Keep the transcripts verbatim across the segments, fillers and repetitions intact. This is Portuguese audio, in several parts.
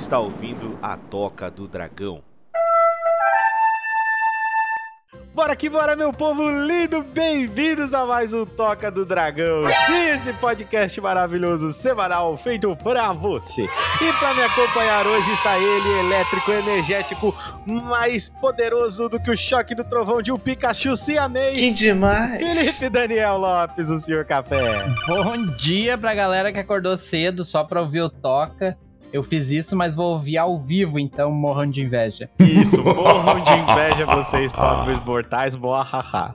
está ouvindo a Toca do Dragão. Bora que bora, meu povo lindo! Bem-vindos a mais um Toca do Dragão. Esse podcast maravilhoso, semanal, feito pra você. E pra me acompanhar hoje está ele, elétrico, energético, mais poderoso do que o choque do trovão de um Pikachu siamês. Que demais! Felipe Daniel Lopes, o senhor Café. Bom dia pra galera que acordou cedo só pra ouvir o Toca. Eu fiz isso, mas vou ouvir ao vivo, então morram de inveja. Isso, morram de inveja vocês, pobres mortais, boahaha.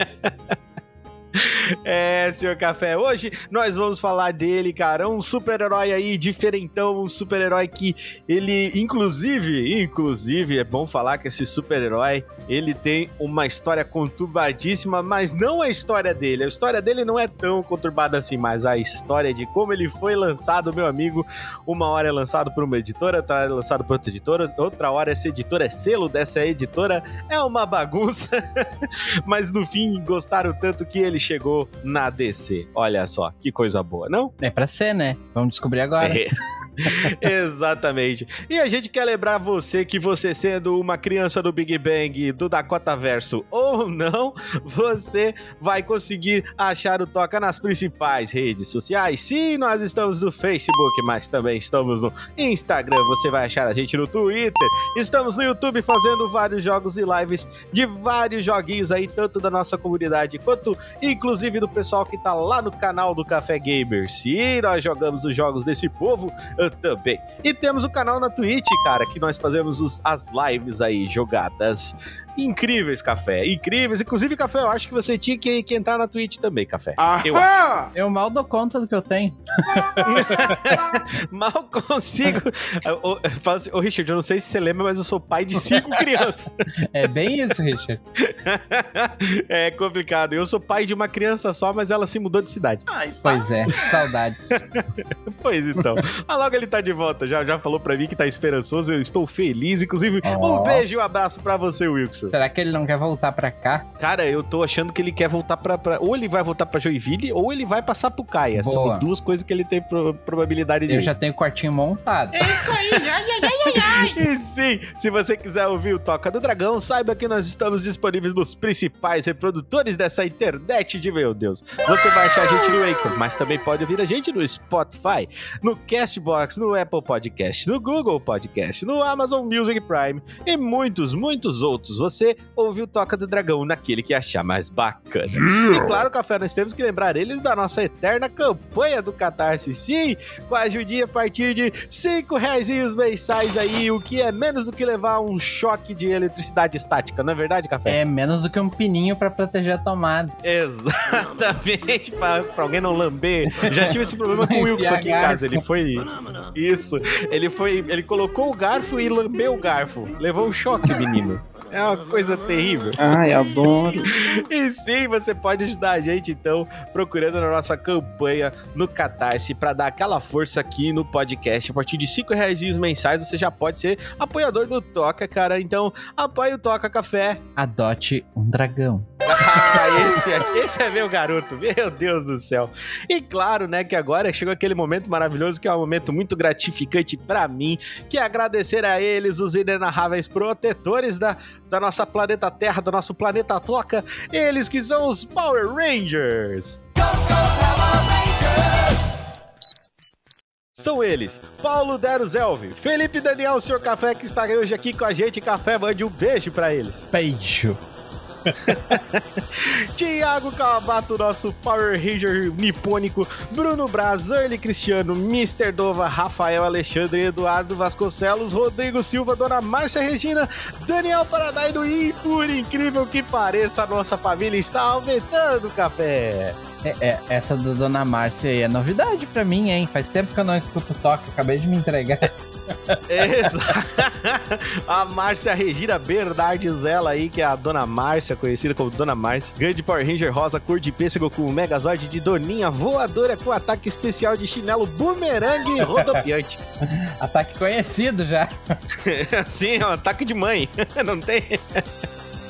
É, senhor Café, hoje nós vamos falar dele, cara, um super-herói aí diferentão, um super-herói que ele, inclusive, inclusive, é bom falar que esse super-herói, ele tem uma história conturbadíssima, mas não a história dele, a história dele não é tão conturbada assim, mas a história de como ele foi lançado, meu amigo, uma hora é lançado por uma editora, outra hora é lançado por outra editora, outra hora essa editora é selo dessa editora, é uma bagunça, mas no fim gostaram tanto que ele chegou na D C. Olha só, que coisa boa, não? É pra ser, né? Vamos descobrir agora. É. Exatamente. E a gente quer lembrar você que você sendo uma criança do Big Bang, do Dakota Verso ou não, você vai conseguir achar o Toca nas principais redes sociais. Sim, nós estamos no Facebook, mas também estamos no Instagram. Você vai achar a gente no Twitter. Estamos no YouTube fazendo vários jogos e lives de vários joguinhos aí, tanto da nossa comunidade quanto inclusive do pessoal que tá lá no canal do Café Gamer. Sim, nós jogamos os jogos desse povo uh, também. E temos o canal na Twitch, cara, que nós fazemos os, as lives aí, jogadas incríveis, Café, incríveis. Inclusive, Café, eu acho que você tinha que, que entrar na Twitch também, Café. Eu, eu mal dou conta do que eu tenho. Mal consigo. Ô, assim, ô, Richard, eu não sei se você lembra, mas eu sou pai de cinco crianças. É bem isso, Richard. É complicado. Eu sou pai de uma criança só, mas ela se mudou de cidade. Ai, pois é, saudades. Pois então. Ah, logo ele tá de volta. Já, já falou pra mim que tá esperançoso. Eu estou feliz. Inclusive, oh. um beijo e um abraço pra você, Wilson. Será que ele não quer voltar pra cá? Cara, eu tô achando que ele quer voltar pra... pra... Ou ele vai voltar pra Joinville, ou ele vai passar pro Caia. Boa. São as duas coisas que ele tem pro... probabilidade de Eu ir. já tenho o quartinho montado. É isso aí, ai, ai, ai, ai, ai. E sim, se você quiser ouvir o Toca do Dragão, saiba que nós estamos disponíveis nos principais reprodutores dessa internet de meu Deus. Você vai achar a gente no Anchor, mas também pode ouvir a gente no Spotify, no Castbox, no Apple Podcast, no Google Podcast, no Amazon Music Prime e muitos, muitos outros. Você ouviu o Toca do Dragão naquele que achar mais bacana. E claro, Café, nós temos que lembrar eles da nossa eterna campanha do Catarse. Sim, com a ajudinha a partir de cinco reais mensais aí, o que é menos do que levar um choque de eletricidade estática, não é verdade, Café? É menos do que um pininho pra proteger a tomada. Exatamente, pra, pra alguém não lamber. Já tive esse problema com o Wilson aqui em casa, ele foi... Isso, ele foi... Ele colocou o garfo e lambeu o garfo. Levou um choque, menino. É uma coisa terrível. Ai, adoro. E sim, você pode ajudar a gente, então, procurando na nossa campanha no Catarse pra dar aquela força aqui no podcast. A partir de cinco reais mensais, você já pode ser apoiador do Toca, cara. Então, apoie o Toca Café. Adote um dragão. Ah, esse é, esse é meu garoto, meu Deus do céu. E claro, né, que agora chegou aquele momento maravilhoso, que é um momento muito gratificante pra mim, que é agradecer a eles, os inenarráveis protetores da, da nossa planeta Terra, do nosso planeta Toca, eles que são os Power Rangers. Go, go, Power Rangers! São eles, Paulo Deruzelvi, Felipe Daniel, o senhor Café, que está hoje aqui com a gente. Café, mande um beijo pra eles. Beijo. Thiago Kawabato, nosso Power Ranger nipônico, Bruno Braz, Early Cristiano, mister Dova, Rafael Alexandre, Eduardo Vasconcelos, Rodrigo Silva, Dona Márcia Regina, Daniel Paranaíno e, por incrível que pareça, a nossa família está aumentando, Café. É, é, essa do Dona Márcia aí é novidade pra mim, hein? Faz tempo que eu não escuto o Toca, acabei de me entregar. Exato. A Márcia Regina Bernardes, ela aí, que é a Dona Márcia, conhecida como Dona Márcia. Grande Power Ranger rosa, cor de pêssego, com o Megazord de Doninha voadora, com ataque especial de chinelo bumerangue rodopiante. Ataque conhecido já. Sim, é um ataque de mãe. Não tem...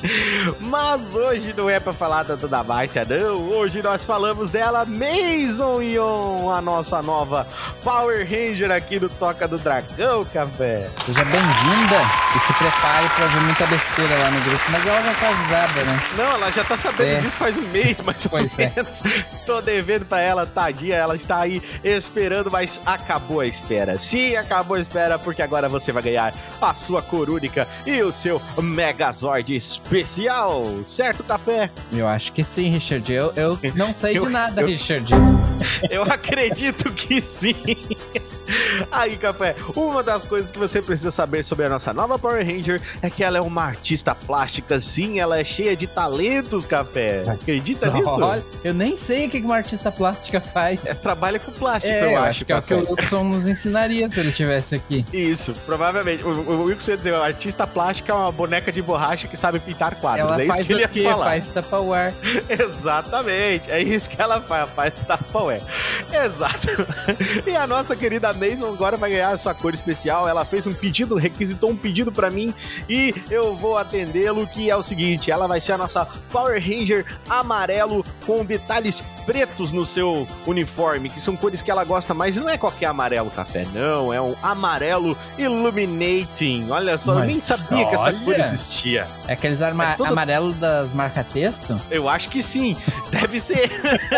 Mas hoje não é pra falar tanto da Márcia, não. Hoje nós falamos dela, Maison Ion, a nossa nova Power Ranger aqui do Toca do Dragão, Café. Seja bem-vinda e se prepare pra ver muita besteira lá no grupo. Mas ela já tá avisada, né? Não, ela já tá sabendo É. disso faz um mês, mais ou Pois é. menos. Tô devendo pra ela, tadinha. Ela está aí esperando, mas acabou a espera. Sim, acabou a espera, porque agora você vai ganhar a sua corúnica e o seu Megazord especial. Certo, Café? Eu acho que sim, Richard. Eu, eu não sei Eu- de nada, eu- Richard. Eu acredito que sim. Aí, Café, uma das coisas que você precisa saber sobre a nossa nova Power Ranger é que ela é uma artista plástica, sim, ela é cheia de talentos, Café. Acredita Só- nisso? Olha, eu nem sei o que uma artista plástica faz. É, trabalha com plástico, É, eu acho, que é o que Café. o Wilson nos ensinaria se ele tivesse aqui. Isso, provavelmente. O, o Wilson ia dizer, o artista plástica é uma boneca de borracha que sabe pintar quadros. Ela é isso faz que ele o ia quê? falar. Faz Tupperware. Exatamente, é isso que ela faz, faz Tupperware. Exato. E a nossa querida Maison agora vai ganhar a sua cor especial. Ela fez um pedido, requisitou um pedido pra mim e eu vou atendê-lo, que é o seguinte: ela vai ser a nossa Power Ranger amarelo com detalhes pretos no seu uniforme, que são cores que ela gosta mais. E não é qualquer amarelo, Café, não, é um amarelo Illuminating. Olha só, eu nem Mas sabia que essa olha. cor existia. É aqueles arma- É tudo- amarelos das marca-texto? Eu acho que sim, deve ser.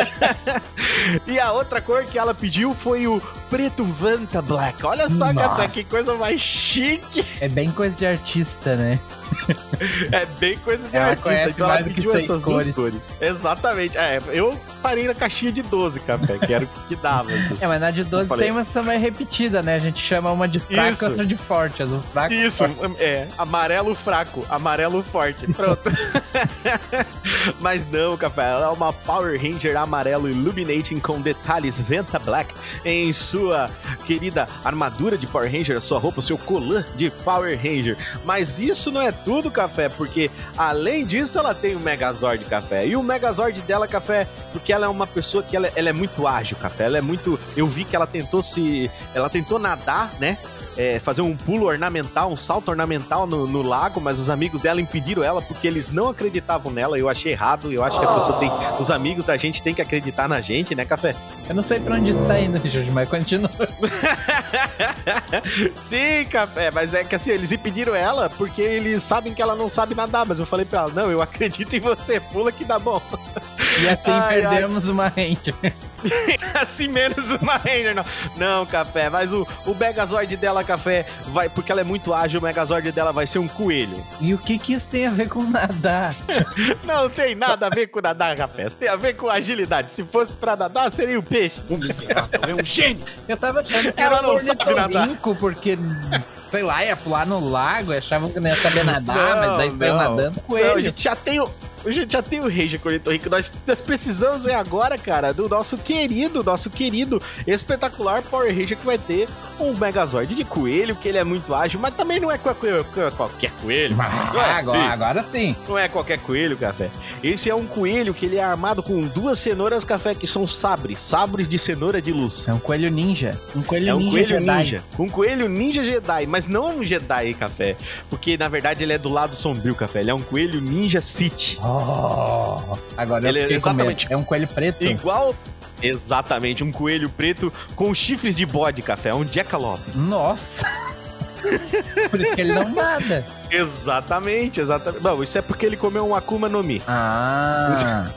E a outra cor que ela pediu foi o preto Vanta Black. Olha só, Nossa. Café, que coisa mais chique. É bem coisa de artista, né? É bem coisa de Ela artista. conhece Então ela mais do que pediu seis essas cores. duas cores. Exatamente. É, eu parei na caixinha de doze, Café, que era o que dava, assim. É, mas na de doze falei. tem uma que são mais repetida, né? A gente chama uma de fraco Isso. e outra de forte. Azul fraco. Isso, é, amarelo fraco, amarelo forte, pronto. Mas não, Café, ela é uma Power Ranger amarelo Illuminating com detalhes Vanta Black em sua querida armadura de Power Ranger, a sua roupa, o seu colã de Power Ranger. Mas isso não é tudo, Café, porque além disso ela tem o Megazord, Café. E o Megazord dela, Café, porque ela é uma pessoa que ela, ela é muito ágil, Café. Ela é muito... Eu vi que ela tentou se... Ela tentou nadar, né? É, fazer um pulo ornamental, um salto ornamental no, no lago, mas os amigos dela impediram ela porque eles não acreditavam nela. Eu achei errado, eu acho que a pessoa tem... Os amigos da gente tem que acreditar na gente, né, Café? Eu não sei pra onde isso tá indo, Richard, mas continua. Sim, Café, mas é que assim, eles impediram ela porque eles sabem que ela não sabe nadar, mas eu falei pra ela, não, eu acredito em você, pula que dá bom. E assim Ai, perdemos uma Ranger. Assim menos uma Ranger, não. Não, Café, mas o, o Megazord dela, Café, vai, porque ela é muito ágil, o Megazord dela vai ser um coelho. E o que que isso tem a ver com nadar? Não tem nada a ver com nadar, Café, tem a ver com agilidade. Se fosse pra nadar, seria o peixe. O miserável é um gênio. Eu tava achando que Ela era não um sabe nadar. ornitorrinco, porque, sei lá, ia pular no lago, achavam que não ia saber nadar, mas daí saiu nadando com Não, a ele. gente já tem o... A gente já tem o Ranger Ornitorrinco. Nós, nós precisamos é agora, cara, do nosso querido, nosso querido espetacular Power Ranger que vai ter um Megazord de coelho, que ele é muito ágil, mas também não é qualquer, qualquer coelho. Não é Ah, agora, assim. agora sim. Não é qualquer coelho, Café. Esse é um coelho que ele é armado com duas cenouras, Café, que são sabres. Sabres de cenoura de luz. É um coelho ninja. Um coelho É um ninja coelho Jedi. ninja. Um coelho ninja Jedi. Mas não é um Jedi, Café. Porque, na verdade, ele é do lado sombrio, Café. Ele é um coelho ninja Sith. Oh, agora Ele é eu fiquei com medo. exatamente- É um coelho preto. Igual... Exatamente, um coelho preto com chifres de bode, Café. É um Jackalope. Nossa. Por isso que ele não nada. Exatamente, exatamente. Não, isso é porque ele comeu um Akuma no Mi. Ah.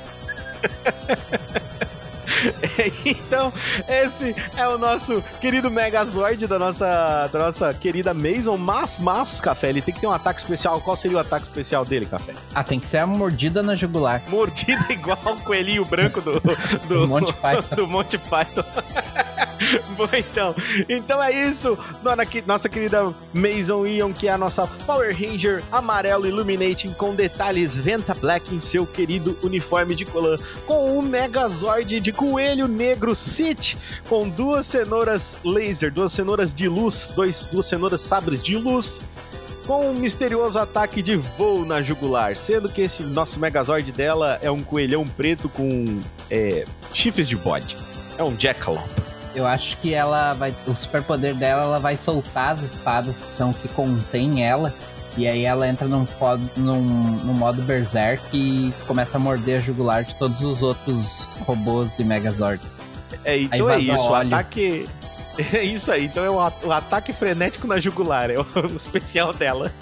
Então, esse é o nosso querido Megazord da nossa, da nossa querida Maison. Mas, mas, Café, ele tem que ter um ataque especial. Qual seria o ataque especial dele, Café? Ah, tem que ser a mordida na jugular. Mordida igual o coelhinho branco do, do, Do Monty Python. do Monty Python. Bom, então. Então é isso. Dona, que- nossa querida Maison Ion, que é a nossa Power Ranger amarelo Illuminating com detalhes Vanta Black em seu querido uniforme de colã. Com um Megazord de coelho negro Sith, com duas cenouras laser, duas cenouras de luz, dois, duas cenouras sabres de luz, com um misterioso ataque de voo na jugular, sendo que esse nosso Megazord dela é um coelhão preto com é, chifres de bode. É um Jackalope. Eu acho que ela vai. O superpoder dela, ela vai soltar as espadas que são o que contém ela. E aí ela entra num, num, num modo Berserk e começa a morder a jugular de todos os outros robôs e Megazords. É, então é isso, o ataque... É isso aí, então é o, o ataque frenético na jugular, é o, o especial dela.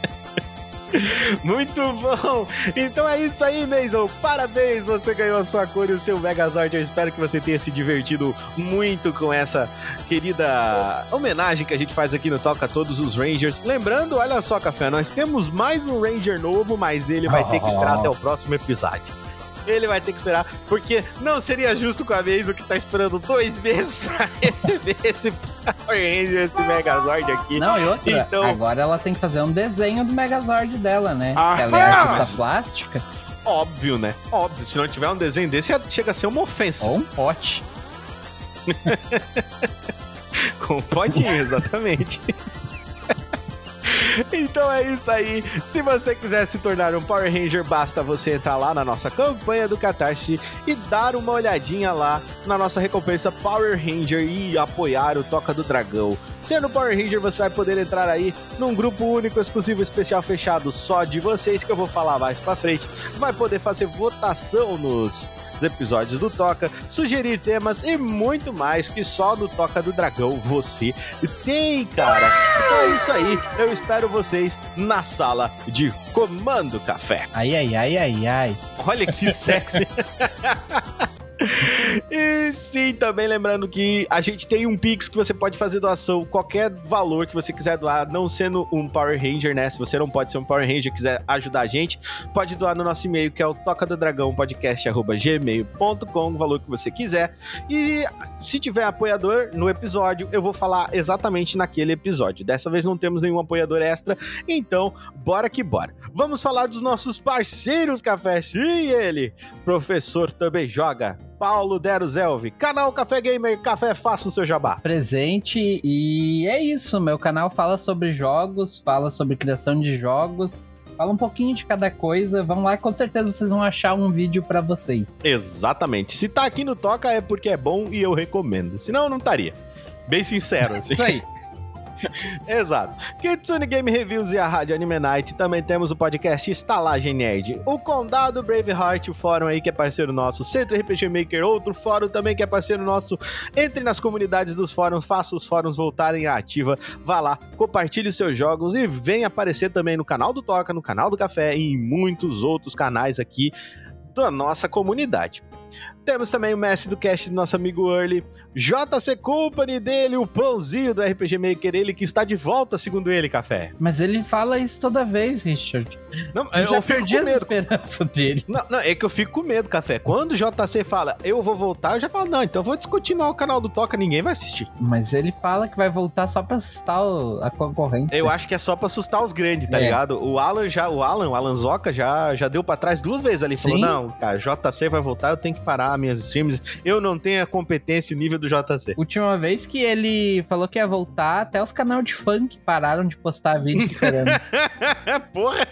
Muito bom! Então é isso aí, Mason. Parabéns, você ganhou a sua cor e o seu Megazord. Eu espero que você tenha se divertido muito com essa querida homenagem que a gente faz aqui no Toca Todos os Rangers. Lembrando, olha só, Café, nós temos mais um Ranger novo, mas ele vai ter que esperar até o próximo episódio. Ele vai ter que esperar, porque não seria justo com a Mason que tá esperando dois meses pra receber esse Power Ranger, esse Megazord aqui. Não, e outra, então... agora ela tem que fazer um desenho do Megazord dela, né? Ah, que ela é artista mas... plástica. Óbvio, né? Óbvio. Se não tiver um desenho desse, chega a ser uma ofensa. Ou um pote. Com um potinho, exatamente. Então é isso aí. Se você quiser se tornar um Power Ranger, basta você entrar lá na nossa campanha do Catarse e dar uma olhadinha lá na nossa recompensa Power Ranger e apoiar o Toca do Dragão. Sendo Power Ranger, você vai poder entrar aí num grupo único, exclusivo, especial, fechado só de vocês, que eu vou falar mais pra frente. Vai poder fazer votação nos episódios do Toca, sugerir temas e muito mais que só no Toca do Dragão você tem, cara. Então é isso aí. Eu espero vocês na sala de Comando Café. Ai, ai, ai, ai, ai. Olha que sexy. E sim, também lembrando que a gente tem um Pix que você pode fazer doação, qualquer valor que você quiser doar, não sendo um Power Ranger, né? Se você não pode ser um Power Ranger e quiser ajudar a gente, pode doar no nosso e-mail, que é o toca do dragão podcast arroba gmail ponto com, o valor que você quiser. E se tiver apoiador no episódio, eu vou falar exatamente naquele episódio. Dessa vez não temos nenhum apoiador extra, então bora que bora. Vamos falar dos nossos parceiros, Café. Sim, ele, professor também joga, Paulo Deruzelvi, canal Café Gamer, Café, faça o seu jabá. Presente, e é isso, meu canal fala sobre jogos, fala sobre criação de jogos, fala um pouquinho de cada coisa. Vamos lá, com certeza vocês vão achar um vídeo pra vocês. Exatamente, se tá aqui no Toca é porque é bom e eu recomendo, senão eu não estaria, bem sincero assim. Isso aí. Exato. Kitsune Game Reviews e a Rádio Anime Night. Também temos o podcast Estalagem Nerd, o Condado Braveheart, o fórum aí que é parceiro nosso, Centro R P G Maker, outro fórum também que é parceiro nosso. Entre nas comunidades dos fóruns, faça os fóruns voltarem à ativa, vá lá, compartilhe os seus jogos e venha aparecer também no canal do Toca, no canal do Café e em muitos outros canais aqui da nossa comunidade. Temos também o mestre do cast do nosso amigo Early, J C Company dele, o pãozinho do R P G Maker, ele que está de volta, segundo ele, Café. Mas ele fala isso toda vez, Richard. Não, eu, eu já fico perdi com a medo. esperança dele. Não, não, é que eu fico com medo, Café. Quando o J C fala, eu vou voltar, eu já falo, não, então eu vou descontinuar o canal do Toca, ninguém vai assistir. Mas ele fala que vai voltar só pra assustar o, a concorrente. Eu acho que é só pra assustar os grandes, tá é. ligado? O Alan, já, o Alan, o Alan Zoca já, já deu pra trás duas vezes ali. Falou, Sim. não, cara, J C vai voltar, eu tenho que parar minhas streams. Eu não tenho a competência e o nível do J C. Última vez que ele falou que ia voltar, até os canais de funk pararam de postar vídeo esperando. Porra!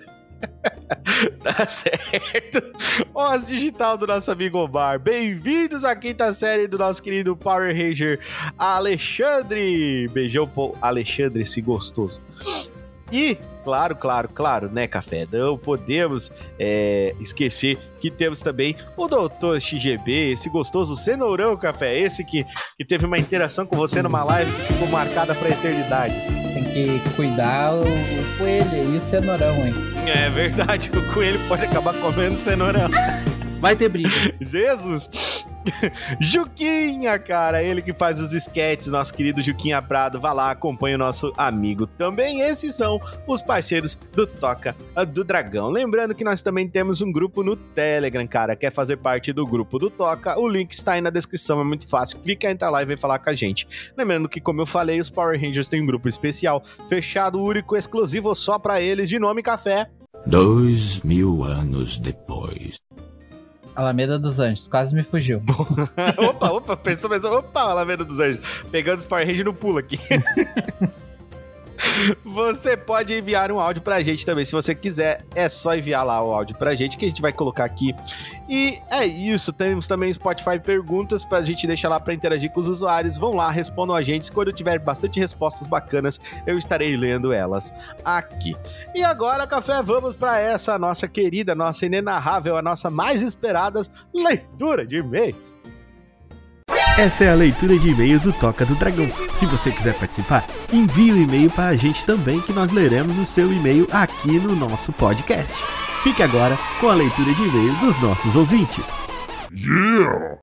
Tá certo. Oz Digital do nosso amigo Omar. Bem-vindos à quinta série do nosso querido Power Ranger Alexandre. Beijão pro Alexandre, esse gostoso. E, claro, claro, claro, né, Café? Não podemos é, esquecer que temos também o doutor X G B, esse gostoso cenourão, Café. Esse que, que teve uma interação com você numa live que ficou marcada pra eternidade. Tem que cuidar o, o coelho e o cenourão, hein? É verdade, o coelho pode acabar comendo cenourão. Vai ter briga. Jesus! Juquinha, cara, ele que faz os sketches, nosso querido Juquinha Prado, vá lá, acompanha o nosso amigo também. Esses são os parceiros do Toca do Dragão. Lembrando que nós também temos um grupo no Telegram, cara. Quer fazer parte do grupo do Toca? O link está aí na descrição, é muito fácil. Clica, entra lá e vem falar com a gente. Lembrando que, como eu falei, os Power Rangers têm um grupo especial, fechado, único, exclusivo só pra eles, de nome Café. Dois mil anos depois. Alameda dos Anjos, quase me fugiu. opa, opa, pensou, pensou, opa, Alameda dos Anjos. Pegando os Power Rangers no pulo aqui. Você pode enviar um áudio pra gente também, se você quiser, é só enviar lá o áudio pra gente, que a gente vai colocar aqui. E é isso, temos também Spotify Perguntas pra gente deixar lá pra interagir com os usuários. Vão lá, respondam a gente, quando eu tiver bastante respostas bacanas, eu estarei lendo elas aqui. E agora, Café, vamos pra essa nossa querida, nossa inenarrável, a nossa mais esperada leitura de e-mails. Essa é a leitura de e-mails do Toca do Dragão. Se você quiser participar, envie um e-mail para a gente também, que nós leremos o seu e-mail aqui no nosso podcast. Fique agora com a leitura de e-mails dos nossos ouvintes. Yeah!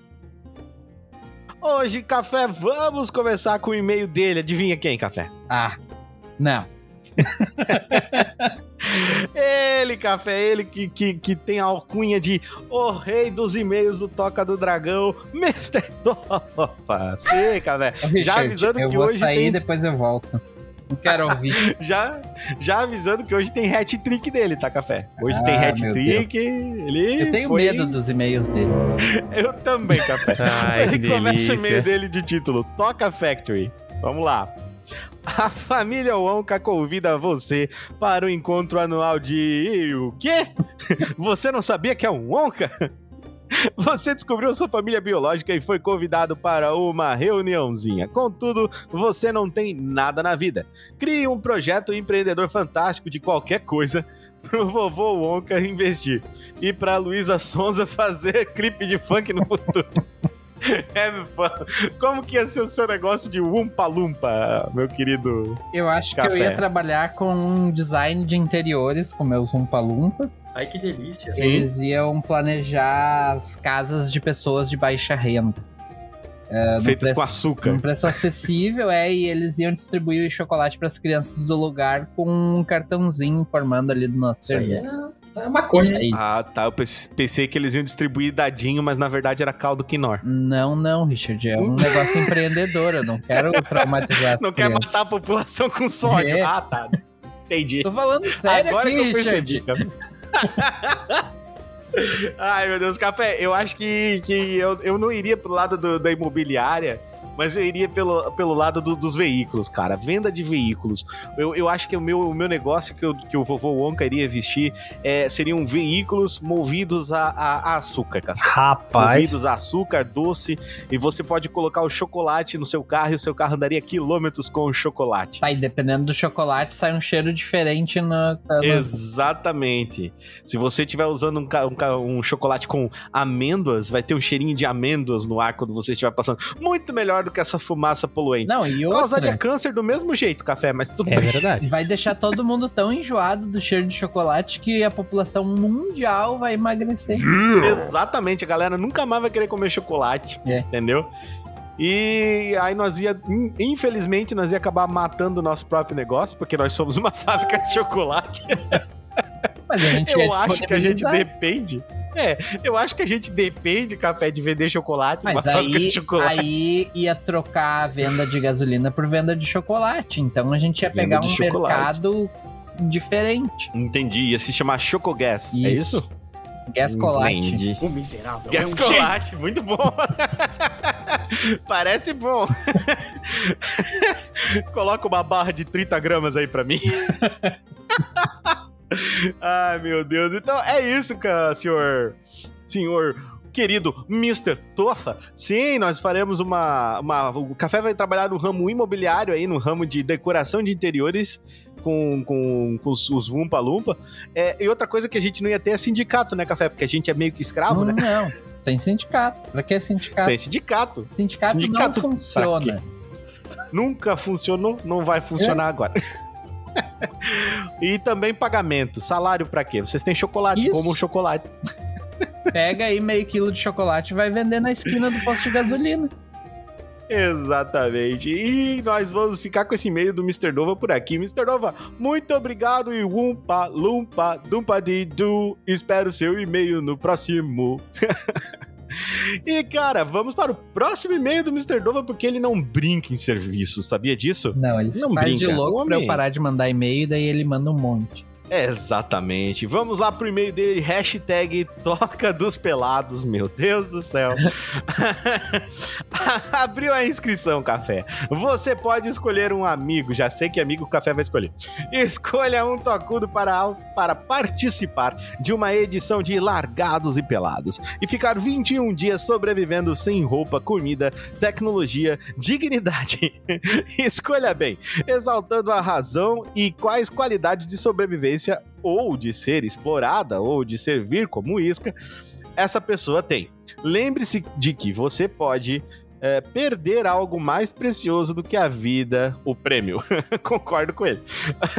Hoje, Café, vamos começar com o e-mail dele. Adivinha quem, Café? Ah, não. Ele, Café, ele que, que, que tem a alcunha de o rei dos e-mails do Toca do Dragão, mister Tofa. Sim, Café. Richard, já avisando eu que vou hoje sair tem... depois eu volto. Não quero ouvir. já, já avisando que hoje tem hat-trick dele, tá, Café? Hoje ah, tem hat-trick, ele... Eu tenho foi... medo dos e-mails dele. Eu também, Café. Ai, ele que começa delícia. o e-mail dele de título, Toca Factory. Vamos lá. A família Wonka convida você para o encontro anual de... O quê? Você não sabia que é um Wonka? Você descobriu sua família biológica e foi convidado para uma reuniãozinha. Contudo, você não tem nada na vida. Crie um projeto empreendedor fantástico de qualquer coisa pro vovô Wonka investir. E pra Luísa Sonza fazer clipe de funk no futuro. É, como que ia ser o seu negócio de Wumpa Lumpa, meu querido? Eu acho Café. que eu ia trabalhar com um design de interiores com meus Wumpa Lumpas. Ai, que delícia. Sim. Eles iam planejar as casas de pessoas de baixa renda. É, Feitas preço, com açúcar. Num preço acessível, é, e eles iam distribuir o chocolate para as crianças do lugar com um cartãozinho informando ali do nosso Isso aí serviço. é, é maconha. É isso. Ah, tá. Eu pensei que eles iam distribuir dadinho, mas na verdade era caldo quinor. Não, não, Richard. É um negócio empreendedor. Eu não quero traumatizar as Não quer crianças. matar a população com sódio. É. Ah, tá. Entendi. Tô falando sério Agora aqui, que eu Richard. percebi, cara. Ai, meu Deus, Café, eu acho que, que eu, eu não iria pro lado do, da imobiliária, mas eu iria pelo, pelo lado do, dos veículos, cara. Venda de veículos. Eu, eu acho que o meu, o meu negócio que, eu, que o vovô Wonka iria vestir é, seriam veículos movidos a, a, a açúcar, Café. Rapaz. Movidos a açúcar, doce, e você pode colocar o chocolate no seu carro e o seu carro andaria quilômetros com o chocolate. Tá, e dependendo do chocolate, sai um cheiro diferente no... no... Exatamente. Se você estiver usando um, ca- um, ca- um chocolate com amêndoas, vai ter um cheirinho de amêndoas no ar quando você estiver passando. Muito melhor do que essa fumaça poluente. Não, e Causaria outra, câncer do mesmo jeito, Café, mas tudo É bem. verdade. vai deixar todo mundo tão enjoado do cheiro de chocolate que a população mundial vai emagrecer. Exatamente, a galera nunca mais vai querer comer chocolate, É. entendeu? E aí nós ia, in- infelizmente, nós ia acabar matando o nosso próprio negócio, porque nós somos uma fábrica de chocolate. Mas a gente ia Eu acho que a gente disponibilizar. depende. É, eu acho que a gente depende, Café, de vender chocolate numa Mas fábrica aí, de chocolate. aí ia trocar a venda de gasolina por venda de chocolate. Então a gente ia Venda pegar de um chocolate. mercado diferente. Entendi, ia se chamar Chocogás, é isso? Gascolate. Entendi. O miserável. Gascolate, muito bom. Parece bom. Coloca uma barra de trinta gramas aí pra mim. Ai, meu Deus. Então é isso, cara, senhor. Senhor querido mister Tofa. Sim, nós faremos uma, uma... O Café vai trabalhar no ramo imobiliário aí, no ramo de decoração de interiores com, com, com os, os Wumpa Lumpa. É, e outra coisa que a gente não ia ter é sindicato, né, Café? Porque a gente é meio que escravo, Não, né? não. Sem sindicato. Pra que sindicato? Sem sindicato. Sindicato, Sindicato não funciona. Nunca funcionou, não vai funcionar É. agora. E também pagamento. Salário pra quê? Vocês têm chocolate, Isso. como chocolate. Pega aí meio quilo de chocolate e vai vender na esquina do posto de gasolina. Exatamente. E nós vamos ficar com esse e-mail do mister Nova por aqui. mister Nova, muito obrigado e Wumpa, Lumpa, Dumpa Didu. Espero seu e-mail no próximo. E, cara, vamos para o próximo e-mail do mister Nova, porque ele não brinca em serviço, sabia disso? Não, ele se Não faz de brinca. louco pra eu Homem. parar de mandar e-mail, daí ele manda um monte. Exatamente. Vamos lá pro e-mail dele, hashtag Toca dos Pelados, meu Deus do céu. Abriu a inscrição, Café. Você pode escolher um amigo. Já sei que amigo o Café vai escolher. Escolha um tocudo para, para participar de uma edição de Largados e Pelados e ficar vinte e um dias sobrevivendo sem roupa, comida, tecnologia, dignidade. Escolha bem, exaltando a razão e quais qualidades de sobrevivência ou de ser explorada ou de servir como isca essa pessoa tem. Lembre-se de que você pode é, perder algo mais precioso do que a vida, o prêmio. Concordo com ele.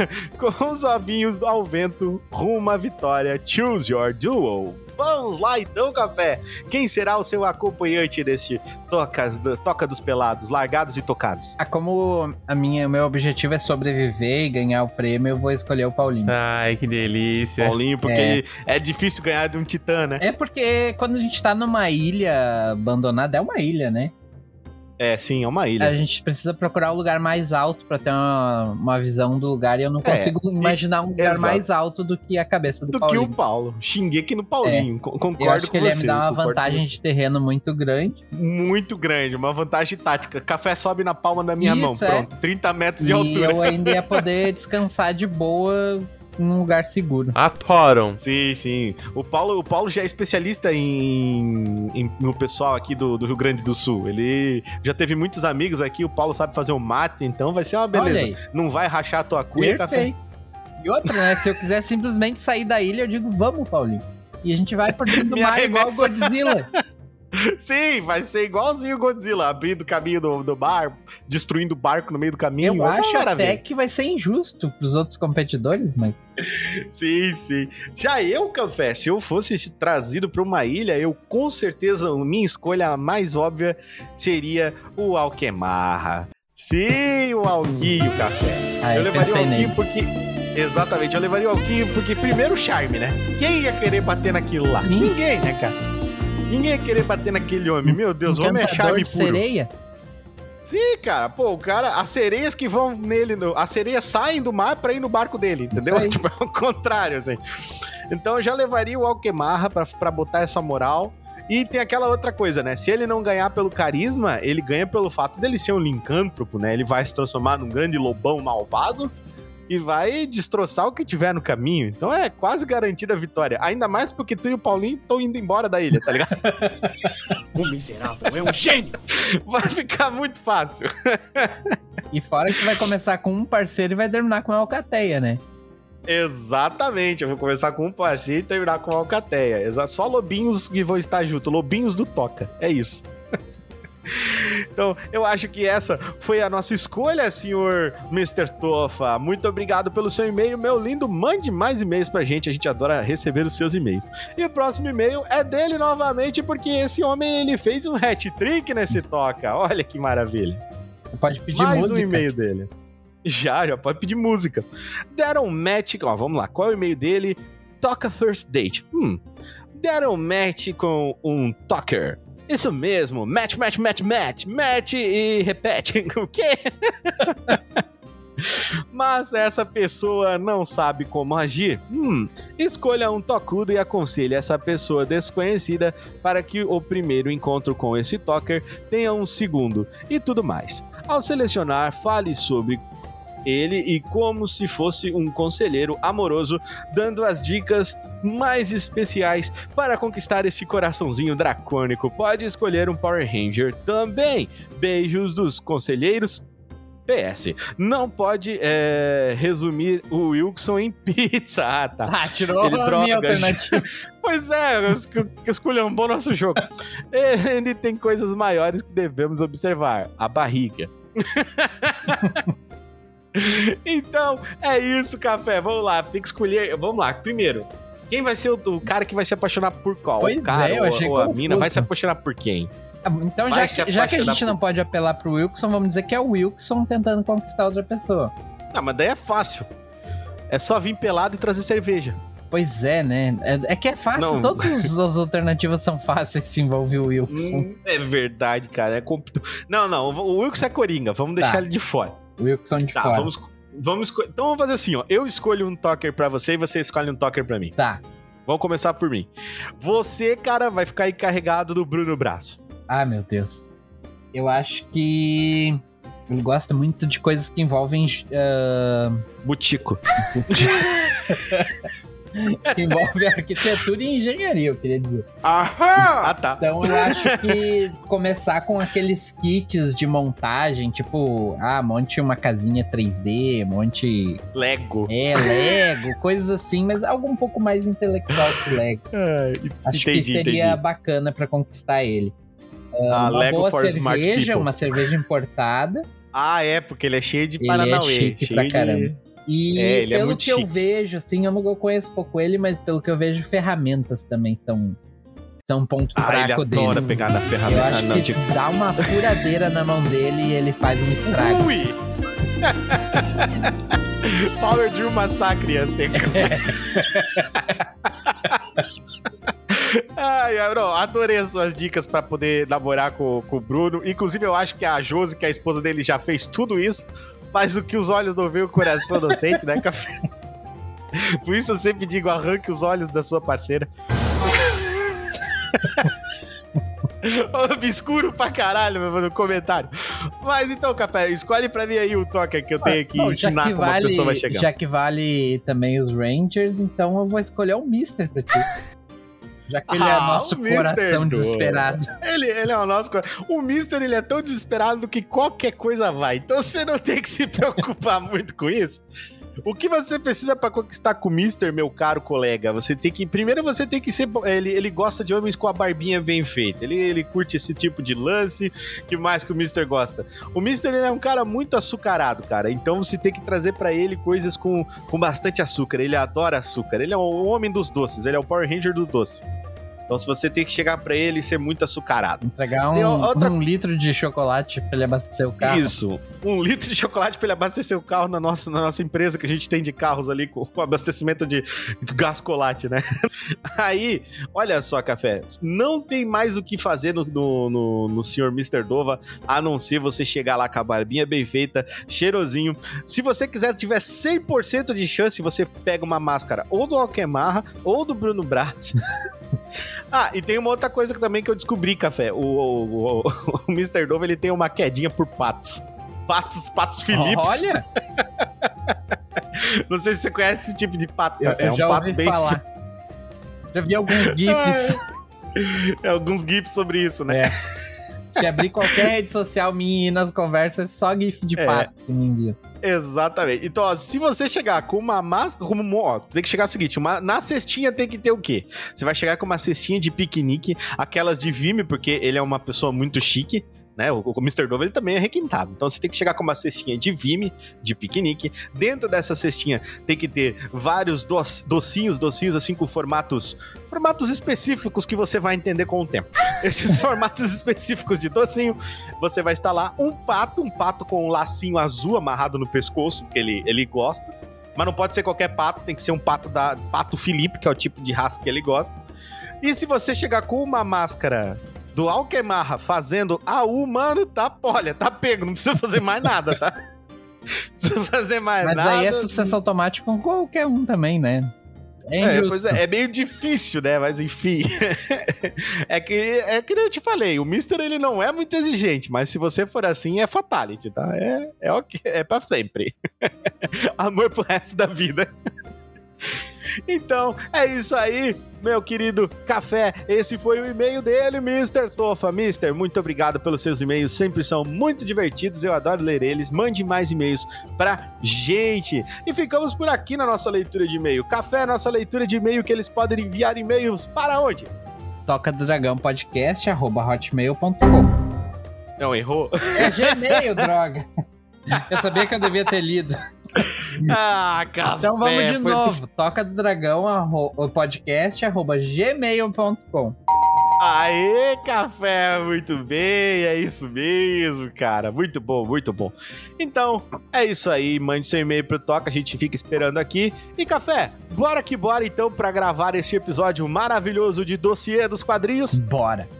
Com os ovinhos ao vento, rumo à vitória. Choose your duo. Vamos lá então, Café. Quem será o seu acompanhante desse tocas, do, Toca dos Pelados, Largados e Tocados? Ah, como a minha, meu objetivo é sobreviver e ganhar o prêmio, eu vou escolher o Paulinho. Ai, que delícia. Paulinho, porque é. é difícil ganhar de um titã, né? É porque quando a gente tá numa ilha abandonada, é uma ilha, né? É, sim, é uma ilha. A gente precisa procurar o lugar mais alto pra ter uma, uma visão do lugar e eu não consigo é, imaginar um lugar exato. mais alto do que a cabeça do, do Paulinho. Do que o Paulo. Shingeki no Paulinho. É. Concordo com você. Eu acho que ele ia me dar uma vantagem de terreno muito grande. Muito grande, uma vantagem tática. Café sobe na palma da minha Isso, mão, é. pronto. trinta metros de e altura. E eu ainda ia poder descansar de boa num lugar seguro. Atoram. Sim, sim. O Paulo, o Paulo já é especialista em, em, no pessoal aqui do, do Rio Grande do Sul. Ele já teve muitos amigos aqui, o Paulo sabe fazer um mate, então vai ser uma beleza. Não vai rachar a tua cuia, Café? E outra, né? Se eu quiser simplesmente sair da ilha, eu digo, vamos, Paulinho. E a gente vai por dentro do mar igual o Godzilla. Sim, vai ser igualzinho o Godzilla, abrindo o caminho do, do bar, destruindo o barco no meio do caminho. Eu acho até que vai ser injusto pros outros competidores, mas... Sim, sim. Já eu, Café, se eu fosse trazido pra uma ilha, eu com certeza, minha escolha mais óbvia seria o Alquemarra. Sim, o Alquinho, Café. Ah, eu, eu levaria o Alquinho nele. porque... Exatamente, eu levaria o Alquinho porque, primeiro, charme, né? Quem ia querer bater naquilo lá? Sim. Ninguém, né, cara? Ninguém ia querer bater naquele homem. Meu Deus, o homem é charme de puro. sereia? Sim, cara. Pô, o cara... As sereias que vão nele... No, as sereias saem do mar pra ir no barco dele, entendeu? Tipo, é o contrário, assim. Então eu já levaria o Alquemarra pra, pra botar essa moral. E tem aquela outra coisa, né? Se ele não ganhar pelo carisma, ele ganha pelo fato dele ser um lincântropo, né? Ele vai se transformar num grande lobão malvado e vai destroçar o que tiver no caminho. Então é quase garantida a vitória. Ainda mais porque tu e o Paulinho estão indo embora da ilha, tá ligado? O miserável é um gênio! Vai ficar muito fácil. E fora que vai começar com um parceiro e vai terminar com uma alcateia, né? Exatamente. Eu vou começar com um parceiro e terminar com uma alcateia. Só lobinhos que vão estar junto. Lobinhos do Toca. É isso. Então, eu acho que essa foi a nossa escolha, senhor mister Tofa. Muito obrigado pelo seu e-mail, meu lindo. Mande mais e-mails pra gente, a gente adora receber os seus e-mails. E o próximo e-mail é dele novamente, porque esse homem, ele fez um hat-trick nesse Toca. Olha que maravilha. Pode pedir mais música. Mais um e-mail dele. Já, já pode pedir música. Deram match... Ó, vamos lá, qual é o e-mail dele? Toca First Date. Hum. Deram match com um Toker. Isso mesmo, match, match, match, match, match e repete. O quê? Mas essa pessoa não sabe como agir. Hum, escolha um tocudo e aconselhe essa pessoa desconhecida para que o primeiro encontro com esse toker tenha um segundo e tudo mais. Ao selecionar, fale sobre ele e como se fosse um conselheiro amoroso, dando as dicas mais especiais para conquistar esse coraçãozinho dracônico. Pode escolher um Power Ranger também. Beijos dos conselheiros. P S. Não pode é, resumir o Wilson em pizza. Ah, tá. Ah, tirou Ele a droga, minha alternativa. Pois é, escolheu o nosso jogo. Ele tem coisas maiores que devemos observar. A barriga. Então, é isso, Café. Vamos lá, tem que escolher. Vamos lá, primeiro. Quem vai ser o, o cara que vai se apaixonar por qual? Pois o cara é, eu ou, achei ou a confuso. mina vai se apaixonar por quem? Então, Vai já, se que- já que a apaixonar gente não por- pode apelar pro Wilson, vamos dizer que é o Wilson tentando conquistar outra pessoa. Ah, mas daí é fácil. É só vir pelado e trazer cerveja. Pois é, né? É, é que é fácil, Não. todas os- as alternativas são fáceis se envolve o Wilson. Hum, é verdade, cara. É compl- Não, não, o Wilson é coringa. Vamos deixar Tá. ele de fora. O Wilson de Tá, fora. vamos, vamos esco- Então vamos fazer assim, ó. Eu escolho um toker pra você e você escolhe um toker pra mim. Tá. Vamos começar por mim. Você, cara, vai ficar encarregado do Bruno Brás. Ah, meu Deus. eu acho que ele gosta muito de coisas que envolvem... Uh... Butico. que envolve arquitetura e engenharia, eu queria dizer. Aham! Ah, tá. Então eu acho que começar com aqueles kits de montagem, tipo, ah, monte uma casinha três D, monte... Lego. É, Lego, coisas assim, mas algo um pouco mais intelectual que Lego. Ah, acho entendi, que seria entendi. bacana pra conquistar ele. Uh, ah, uma Lego boa for smart cerveja, people. uma cerveja importada. Ah, é, porque ele é cheio de Ele Paranauê. é chique cheio pra de... caramba. E é, ele é pelo muito que eu chique. vejo, assim, eu não conheço pouco ele, mas pelo que eu vejo, ferramentas também são, são um ponto Ah, ele fraco dele. adora pegar na Eu ferramenta. acho Ah, não, que tipo... dá uma furadeira na mão dele e ele faz um estrago. Ui! Power Drill Massacre ia ser. Ai, ai, não, adorei as suas dicas pra poder namorar com, com o Bruno. Inclusive, eu acho que a Josi, que é a esposa dele, já fez tudo isso. Mas o que os olhos não veem, o coração não sente, né, Café? Por isso eu sempre digo, arranque os olhos da sua parceira. Obscuro pra caralho, meu, no comentário. Mas então, Café, escolhe pra mim aí o toque que eu tenho que Bom, ensinar que como vale, a pessoa vai chegar. Já que vale também os Rangers, então eu vou escolher o Mister pra ti. Já que ele é Ah, nosso o coração Mister desesperado. Ele, ele é o nosso... O Mister, ele é tão desesperado que qualquer coisa vai. Então você não tem que se preocupar muito com isso. O que você precisa pra conquistar com o Mister, meu caro colega? Você tem que... Primeiro você tem que ser... Ele, ele gosta de homens com a barbinha bem feita. Ele, ele curte esse tipo de lance. Que mais que o Mister gosta? O Mister, ele é um cara muito açucarado, cara. Então você tem que trazer pra ele coisas com, com bastante açúcar. Ele adora açúcar. Ele é o homem dos doces. Ele é o Power Ranger do doce. Então se você tem que chegar pra ele e ser muito açucarado. Entregar Tem um, outra- um litro de chocolate pra ele abastecer o carro. Isso. Um litro de chocolate pra ele abastecer o carro na nossa, na nossa empresa que a gente tem de carros ali com, com abastecimento de gás colate, né? Aí, olha só, Café. Não tem mais o que fazer no, no, no, no senhor mister Dova, a não ser você chegar lá com a barbinha bem feita, cheirosinho. Se você quiser, tiver cem por cento de chance, você pega uma máscara ou do Alquemarra ou do Bruno Braz. Ah, e tem uma outra coisa que também que eu descobri, Café. O, o, o, o mister Dova, ele tem uma quedinha por patos. Patos, patos Philips. Olha! Não sei se você conhece esse tipo de pato, Eu, Café. eu é um já pato ouvi bem... falar. Já vi alguns GIFs. É, alguns gifs sobre isso, né? É. Se abrir qualquer rede social minha e ir nas conversas, é só GIF de É. pato que me envia. Exatamente. Então, ó, se você chegar com uma máscara, como, ó, tem que chegar o seguinte, uma, na cestinha tem que ter o quê? Você vai chegar com uma cestinha de piquenique, aquelas de Vime, porque ele é uma pessoa muito chique, né? O, o mister Dova, ele também é requintado. Então, você tem que chegar com uma cestinha de Vime, de piquenique. Dentro dessa cestinha tem que ter vários doc, docinhos, docinhos assim com formatos, formatos específicos que você vai entender com o tempo. Esses formatos específicos de docinho, você vai instalar um pato, um pato com um lacinho azul amarrado no pescoço, que ele, ele gosta. Mas não pode ser qualquer pato, tem que ser um pato da Pato Felipe, que é o tipo de raça que ele gosta. E se você chegar com uma máscara do Alquemarra fazendo a U, mano, tá, olha, tá pego, não precisa fazer mais nada, tá? Não precisa fazer mais Mas nada. aí é sucesso automático com qualquer um também, né? É, É, injusto. pois é, é meio difícil, né? Mas enfim. é que é que nem eu te falei, o Mister ele não é muito exigente, mas se você for assim, é fatality, tá? É, é, ok, é pra sempre. Amor pro resto da vida. Então, é isso aí, meu querido Café. Esse foi o e-mail dele, mister Tofa. mister, muito obrigado pelos seus e-mails, sempre são muito divertidos, eu adoro ler eles. Mande mais e-mails pra gente. E ficamos por aqui na nossa leitura de e-mail. Café, nossa leitura de e-mail, que eles podem enviar e-mails para onde? Toca do Dragão Podcast, arroba hotmail ponto com. Não, errou? É Gmail, droga. Eu sabia que eu devia ter lido. Ah, Café. Então vamos de foi novo. Toca do Dragão, arro... o podcast, arroba gmail ponto com. Aê, Café, muito bem, é isso mesmo, cara, muito bom, muito bom. Então, é isso aí, mande seu e-mail pro Toca, a gente fica esperando aqui. E Café, bora que bora então pra gravar esse episódio maravilhoso de Dossiê dos Quadrinhos. Bora.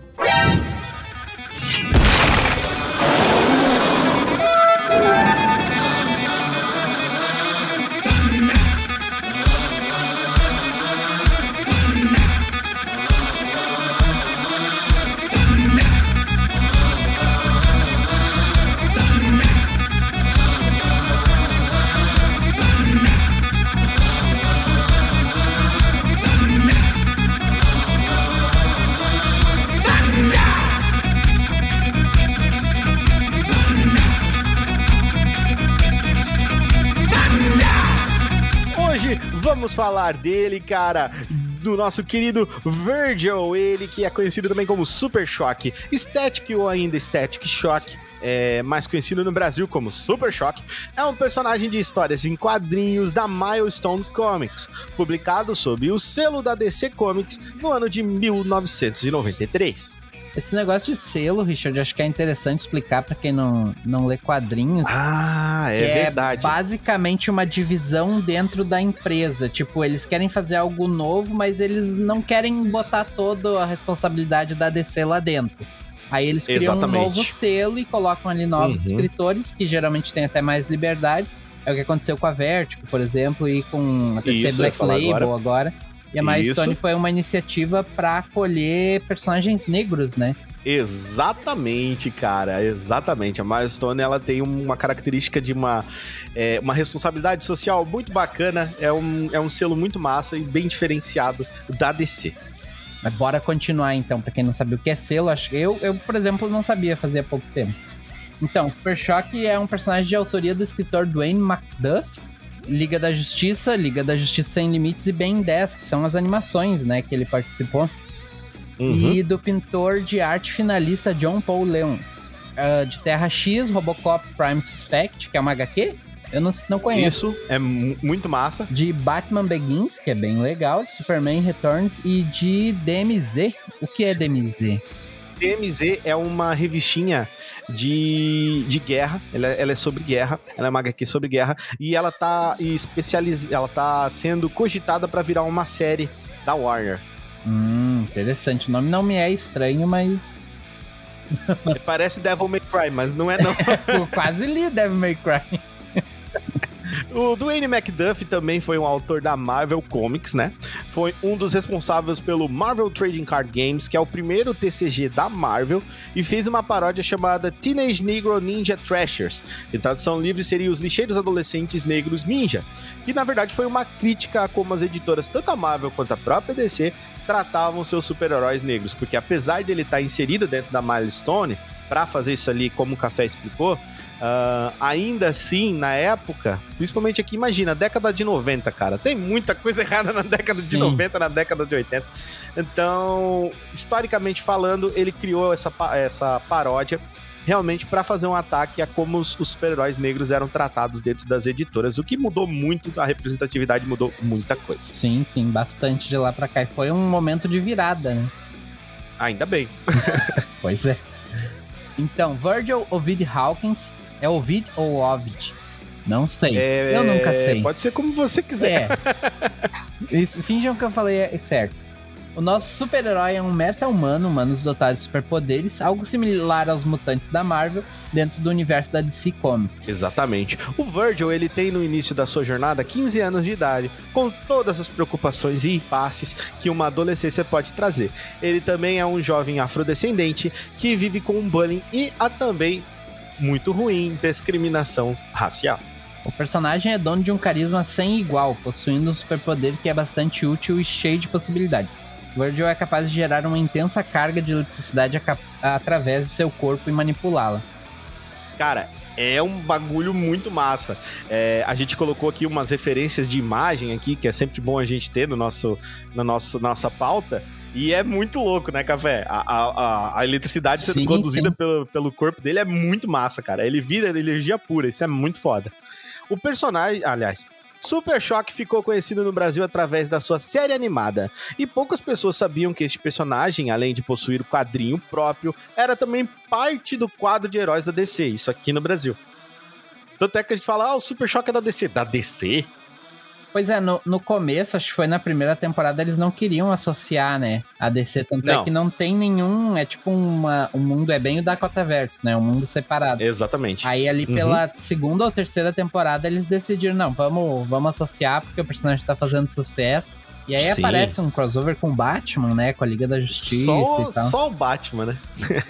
Vamos falar dele, cara, do nosso querido Virgil, ele que é conhecido também como Super Choque, Static ou ainda Static Shock, é, mais conhecido no Brasil como Super Choque, é um personagem de histórias em quadrinhos da Milestone Comics, publicado sob o selo da D C Comics no ano de mil novecentos e noventa e três. Esse negócio de selo, Richard, acho que é interessante explicar pra quem não, não lê quadrinhos. Ah, é que verdade. É basicamente uma divisão dentro da empresa. Tipo, eles querem fazer algo novo, mas eles não querem botar toda a responsabilidade da D C lá dentro. Aí eles criam Exatamente. um novo selo e colocam ali novos Uhum. escritores, que geralmente têm até mais liberdade. É o que aconteceu com a Vertigo, por exemplo, e com a D C Isso, eu ia Black falar Label agora. agora. E a Milestone Isso. foi uma iniciativa pra acolher personagens negros, né? Exatamente, cara, exatamente. A Milestone, ela tem uma característica de uma, é, uma responsabilidade social muito bacana, é um, é um selo muito massa e bem diferenciado da D C. Mas bora continuar então, pra quem não sabe o que é selo. Acho que eu, eu, por exemplo, não sabia fazer há pouco tempo. Então, Super Choque é um personagem de autoria do escritor Dwayne McDuff, Liga da Justiça, Liga da Justiça Sem Limites e Ben dez, que são as animações, né, que ele participou. Uhum. E do pintor de arte finalista John Paul Leon. Uh, de Terra X, Robocop Prime Suspect, que é uma H Q. Eu não, não conheço. Isso é mu- muito massa. De Batman Begins, que é bem legal. De Superman Returns e de D M Z. O que é D M Z? D M Z é uma revistinha de, de guerra, ela, ela é sobre guerra, ela é uma H Q sobre guerra, e ela tá especializ... ela tá sendo cogitada pra virar uma série da Warner. Hum, interessante. O nome não me é estranho, mas Parece Devil May Cry, mas não é não. eu quase li Devil May Cry. O Dwayne McDuff também foi um autor da Marvel Comics, né? Foi um dos responsáveis pelo Marvel Trading Card Games, que é o primeiro T C G da Marvel, e fez uma paródia chamada Teenage Negro Ninja Thrashers. Em tradução livre seria Os Lixeiros Adolescentes Negros Ninja, que na verdade foi uma crítica a como as editoras, tanto a Marvel quanto a própria D C, tratavam seus super-heróis negros, porque apesar de ele estar inserido dentro da Milestone, pra fazer isso ali, como o Café explicou, Uh, ainda assim, na época, principalmente aqui, imagina, década de noventa, cara, tem muita coisa errada na década Sim. de noventa, na década de oitenta. Então, historicamente falando, ele criou essa, essa paródia realmente para fazer um ataque a como os, os super-heróis negros eram tratados dentro das editoras, o que mudou muito, a representatividade mudou muita coisa. Sim, sim, bastante de lá pra cá. E foi um momento de virada, né? Ainda bem. Pois é. Então, Virgil Ovid Hawkins, é Ovid ou Ovid? Não sei. É, eu nunca sei. Pode ser como você quiser. É. Isso, finjam que eu falei é certo. O nosso super-herói é um meta-humano, humanos dotados de superpoderes, algo similar aos mutantes da Marvel, dentro do universo da D C Comics. Exatamente. O Virgil, ele tem no início da sua jornada quinze anos de idade, com todas as preocupações e impasses que uma adolescência pode trazer. Ele também é um jovem afrodescendente que vive com um bullying e a também muito ruim discriminação racial. O personagem é dono de um carisma sem igual, possuindo um superpoder que é bastante útil e cheio de possibilidades. Virgil é capaz de gerar uma intensa carga de eletricidade a cap- através de seu corpo e manipulá-la. Cara, é um bagulho muito massa. É, a gente colocou aqui umas referências de imagem aqui, que é sempre bom a gente ter no nosso, na nosso, nossa pauta. E é muito louco, né, Café? A, a, a eletricidade sendo Sim, conduzida sim. pelo, pelo corpo dele é muito massa, cara. Ele vira energia pura, isso é muito foda. O personagem, aliás, Super Choque ficou conhecido no Brasil através da sua série animada, e poucas pessoas sabiam que este personagem, além de possuir o quadrinho próprio, era também parte do quadro de heróis da D C, isso aqui no Brasil. Tanto é que a gente fala, ah, o Super Choque é da D C. Da D C? Pois é, no, no começo, acho que foi na primeira temporada, eles não queriam associar, né, a D C, tanto Não. é que não tem nenhum, é tipo uma, um mundo, é bem o Dakotaverse, né, um mundo separado. Exatamente. Aí ali Uhum. pela segunda ou terceira temporada, eles decidiram, não, vamos, vamos associar, porque o personagem tá fazendo sucesso. E aí Sim. aparece um crossover com o Batman, né, com a Liga da Justiça Só, e tal. só o Batman, né?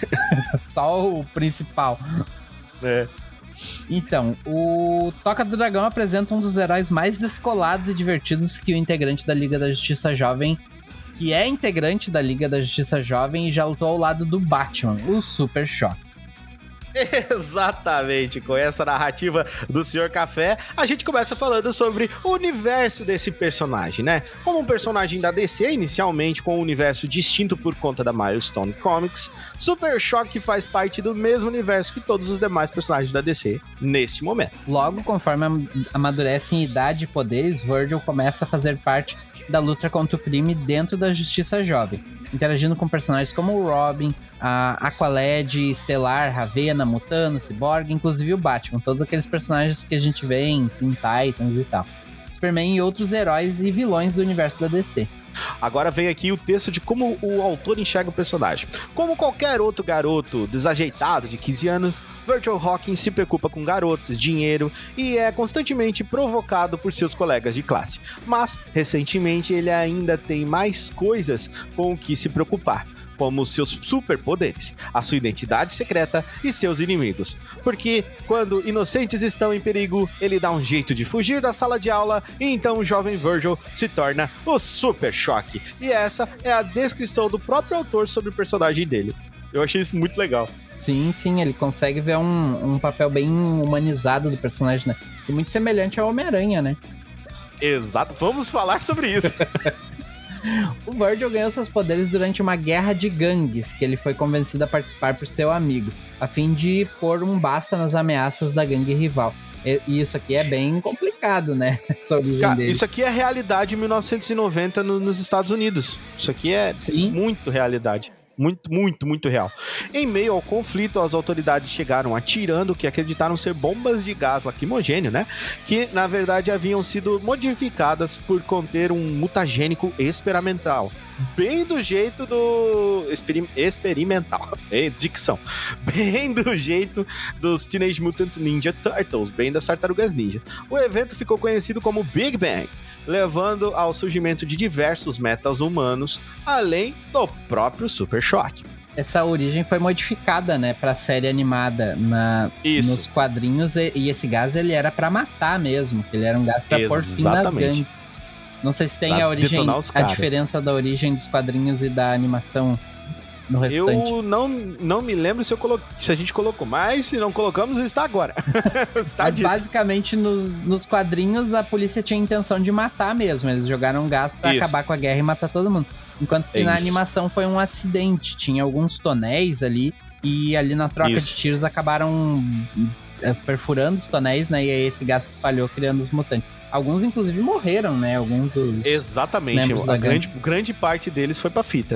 Só o principal. É. Então, o Toca do Dragão apresenta um dos heróis mais descolados e divertidos que o integrante da Liga da Justiça Jovem, que é integrante da Liga da Justiça Jovem e já lutou ao lado do Batman, o Super Choque. Exatamente, com essa narrativa do senhor Café, a gente começa falando sobre o universo desse personagem, né? Como um personagem da D C, inicialmente com um universo distinto por conta da Milestone Comics, Super Choque faz parte do mesmo universo que todos os demais personagens da D C neste momento. Logo, conforme am- amadurece em idade e poderes, Virgil começa a fazer parte da luta contra o crime dentro da Justiça Jovem, interagindo com personagens como o Robin, a Aqualad, Stellar, Ravena, Mutano, Cyborg, inclusive o Batman, todos aqueles personagens que a gente vê em Teen Titans e tal. Superman e outros heróis e vilões do universo da D C. Agora vem aqui o texto de como o autor enxerga o personagem. Como qualquer outro garoto desajeitado de quinze anos, Virgil Hawkins se preocupa com garotos, dinheiro e é constantemente provocado por seus colegas de classe. Mas, recentemente, ele ainda tem mais coisas com o que se preocupar, como seus superpoderes, a sua identidade secreta e seus inimigos. Porque quando inocentes estão em perigo, ele dá um jeito de fugir da sala de aula e então o jovem Virgil se torna o Super Choque. E essa é a descrição do próprio autor sobre o personagem dele. Eu achei isso muito legal. Sim, sim, ele consegue ver um, um papel bem humanizado do personagem, né? E muito semelhante ao Homem-Aranha, né? Exato, vamos falar sobre isso. O Virgil ganhou seus poderes durante uma guerra de gangues, que ele foi convencido a participar por seu amigo, a fim de pôr um basta nas ameaças da gangue rival. E isso aqui é bem complicado, né? Essa origem Cara, dele. isso aqui é realidade em mil novecentos e noventa no, nos Estados Unidos. Isso aqui é Sim. muito realidade. Muito, muito, muito real. Em meio ao conflito, as autoridades chegaram atirando o que acreditaram ser bombas de gás lacrimogênio, né? Que, na verdade, haviam sido modificadas por conter um mutagênico experimental. Bem do jeito do... Experim... Experimental. É, dicção. Bem do jeito dos Teenage Mutant Ninja Turtles. Bem das Tartarugas Ninja. O evento ficou conhecido como Big Bang, levando ao surgimento de diversos metas humanos, além do próprio Super Choque. Essa origem foi modificada, né, pra série animada na, Isso. nos quadrinhos, e, e esse gás ele era pra matar mesmo, que ele era um gás pra pôr fim nas Exatamente. gangues. Não sei se tem Pra a origem, detonar os a caras. diferença da origem dos quadrinhos e da animação no restante. Eu não, não me lembro se, eu colo... se a gente colocou, mas se não colocamos, está agora. está Mas dito. basicamente nos, nos quadrinhos a polícia tinha a intenção de matar mesmo. Eles jogaram gás pra Isso. acabar com a guerra e matar todo mundo. Enquanto que É na isso. animação foi um acidente. Tinha alguns tonéis ali e ali na troca Isso. de tiros acabaram é, perfurando os tonéis, né? E aí esse gás se espalhou criando os mutantes. Alguns inclusive morreram, né? Alguns dos, dos Exatamente. membros A da grande, grande parte deles foi pra fita.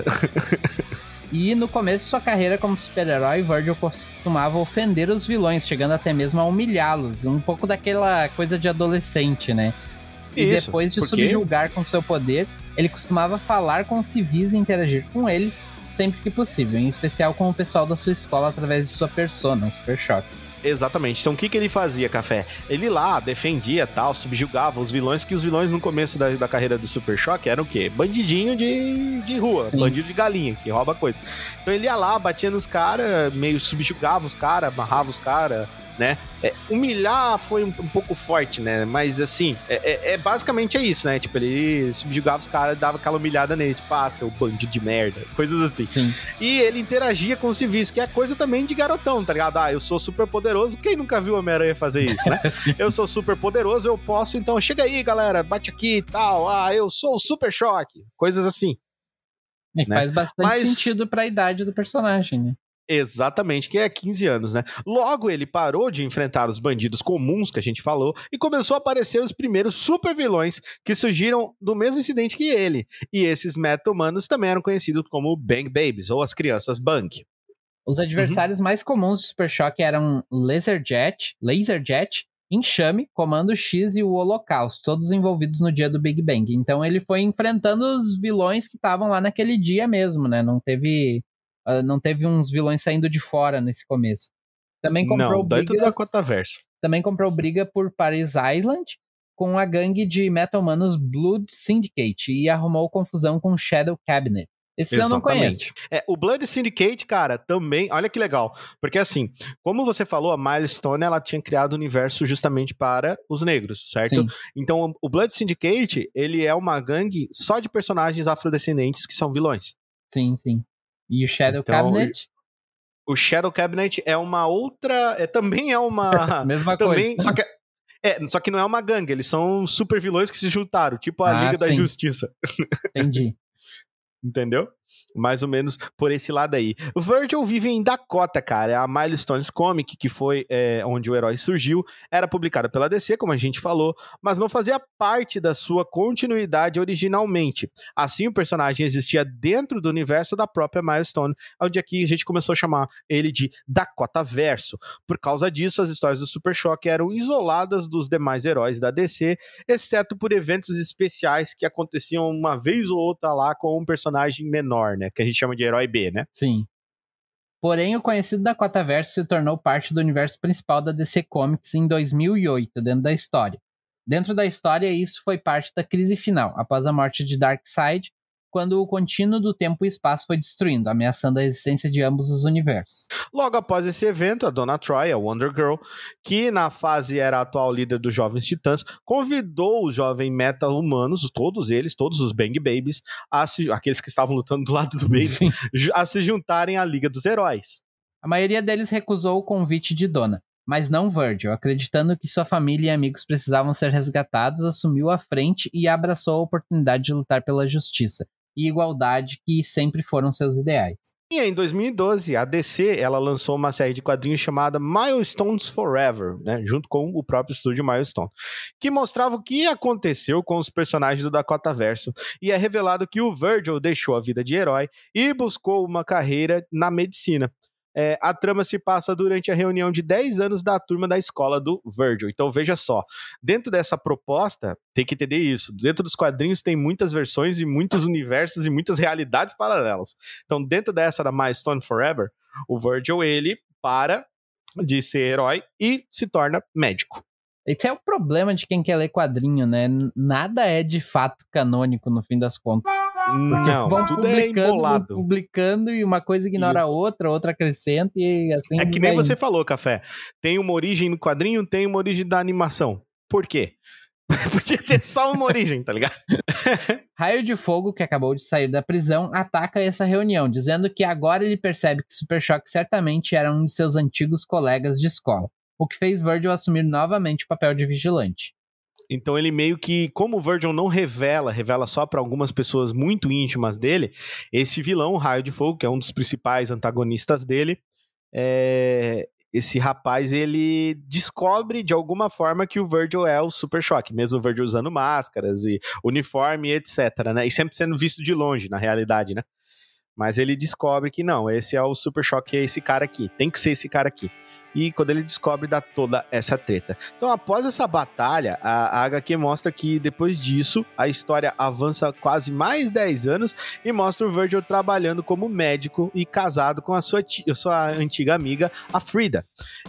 E no começo de sua carreira como super-herói, Virgil costumava ofender os vilões, chegando até mesmo a humilhá-los. Um pouco daquela coisa de adolescente, né? E Isso, depois de porque- subjugar com seu poder, ele costumava falar com os civis e interagir com eles sempre que possível, em especial com o pessoal da sua escola através de sua persona, o Super Choque. Exatamente. Então o que, que ele fazia, Café? Ele lá defendia, tal, subjugava os vilões, que os vilões no começo da, da carreira do Super Choque eram o quê? Bandidinho de, de rua, Sim. bandido de galinha, que rouba coisa. Então ele ia lá, batia nos caras, meio subjugava os caras, amarrava os caras, né? É, humilhar foi um, um pouco forte, né? Mas assim, é, é- é basicamente é isso, né? Tipo, ele subjugava os caras e dava aquela humilhada nele, tipo, ah, seu bandido de merda, coisas assim. Sim. E ele interagia com os civis, que é coisa também de garotão, tá ligado? Ah, eu sou super poderoso. Quem nunca viu o Homem-Aranha fazer isso, né? Eu sou super poderoso, eu posso, então chega aí, galera, bate aqui e tal. Ah, eu sou o Super Choque. Coisas assim. E Né? faz bastante Mas- sentido pra idade do personagem, né? Exatamente, que é quinze anos, né? Logo ele parou de enfrentar os bandidos comuns que a gente falou e começou a aparecer os primeiros super vilões que surgiram do mesmo incidente que ele. E esses meta-humanos também eram conhecidos como Bang Babies, ou as crianças Bang. Os adversários mais comuns do Super Choque eram Laserjet, Laserjet, Enxame, Comando X e o Holocausto, todos envolvidos no dia do Big Bang. Então ele foi enfrentando os vilões que estavam lá naquele dia mesmo, né? Não teve, uh, não teve uns vilões saindo de fora nesse começo. Também comprou Não, dentro da brigas, Cotaverso. também comprou briga por Paris Island com a gangue de meta-humanos Blood Syndicate e arrumou confusão com Shadow Cabinet. Esse eu não conheço. É, o Blood Syndicate, cara, também, olha que legal, porque assim, como você falou, a Milestone, ela tinha criado o universo justamente para os negros, certo? Sim. Então, o Blood Syndicate, ele é uma gangue só de personagens afrodescendentes que são vilões. Sim, sim. E o Shadow Então, Cabinet? O Shadow Cabinet é uma outra... É, também é uma... Mesma também, coisa. Só que, é, só que não é uma gangue, eles são super vilões que se juntaram, tipo a Ah, Liga da sim. Justiça. Entendi. Entendeu? Mais ou menos por esse lado aí. O Virgil vive em Dakota, cara. A Milestones Comic, que foi é, onde o herói surgiu, era publicada pela D C, como a gente falou, mas não fazia parte da sua continuidade originalmente. Assim, o personagem existia dentro do universo da própria Milestone, onde aqui a gente começou a chamar ele de Dakota Verso. Por causa disso, as histórias do Super Choque eram isoladas dos demais heróis da D C, exceto por eventos especiais que aconteciam uma vez ou outra lá com um personagem menor, né? Que a gente chama de herói B, né? Sim. Porém, o conhecido Dakota Verso se tornou parte do universo principal da D C Comics em dois mil e oito, dentro da história. Dentro da história, isso foi parte da crise final, após a morte de Darkseid, quando o contínuo do tempo e espaço foi destruindo, ameaçando a existência de ambos os universos. Logo após esse evento, a Donna Troy, a Wonder Girl, que na fase era a atual líder dos Jovens Titãs, convidou os jovens meta-humanos, todos eles, todos os Bang Babies, a se, aqueles que estavam lutando do lado do bem, Sim. a se juntarem à Liga dos Heróis. A maioria deles recusou o convite de Donna, mas não Virgil, acreditando que sua família e amigos precisavam ser resgatados, assumiu a frente e abraçou a oportunidade de lutar pela justiça e igualdade que sempre foram seus ideais. E em dois mil e doze, a D C ela lançou uma série de quadrinhos chamada Milestones Forever, né, junto com o próprio estúdio Milestone, que mostrava o que aconteceu com os personagens do Dakota Verso, e é revelado que o Virgil deixou a vida de herói e buscou uma carreira na medicina. É, a trama se passa durante a reunião de dez anos da turma da escola do Virgil. Então veja só, dentro dessa proposta, tem que entender isso, dentro dos quadrinhos tem muitas versões e muitos universos e muitas realidades paralelas. Então dentro dessa da Milestone Forever, o Virgil ele para de ser herói e se torna médico. Esse é o problema de quem quer ler quadrinho, né? Nada é de fato canônico no fim das contas. Porque Não, vão tudo é publicando, vão embolado. publicando e uma coisa ignora Isso. a outra, outra acrescenta e assim... É que nem vai você indo. falou, Café. Tem uma origem no quadrinho, tem uma origem da animação. Por quê? Podia ter só uma origem, tá ligado? Raio de Fogo, que acabou de sair da prisão, ataca essa reunião, dizendo que agora ele percebe que Super Choque certamente era um de seus antigos colegas de escola, o que fez Virgil assumir novamente o papel de vigilante. Então ele meio que, como o Virgil não revela, revela só pra algumas pessoas muito íntimas dele, esse vilão, o Raio de Fogo, que é um dos principais antagonistas dele, é... esse rapaz, ele descobre de alguma forma que o Virgil é o Super Choque, mesmo o Virgil usando máscaras e uniforme, etcétera, né? E sempre sendo visto de longe, na realidade, né? Mas ele descobre que não, esse é o Super Choque, é esse cara aqui, tem que ser esse cara aqui. E quando ele descobre, dá toda essa treta. Então, após essa batalha, a, a H Q mostra que depois disso, a história avança quase mais dez anos e mostra o Virgil trabalhando como médico e casado com a sua, tia, sua antiga amiga, a Frida.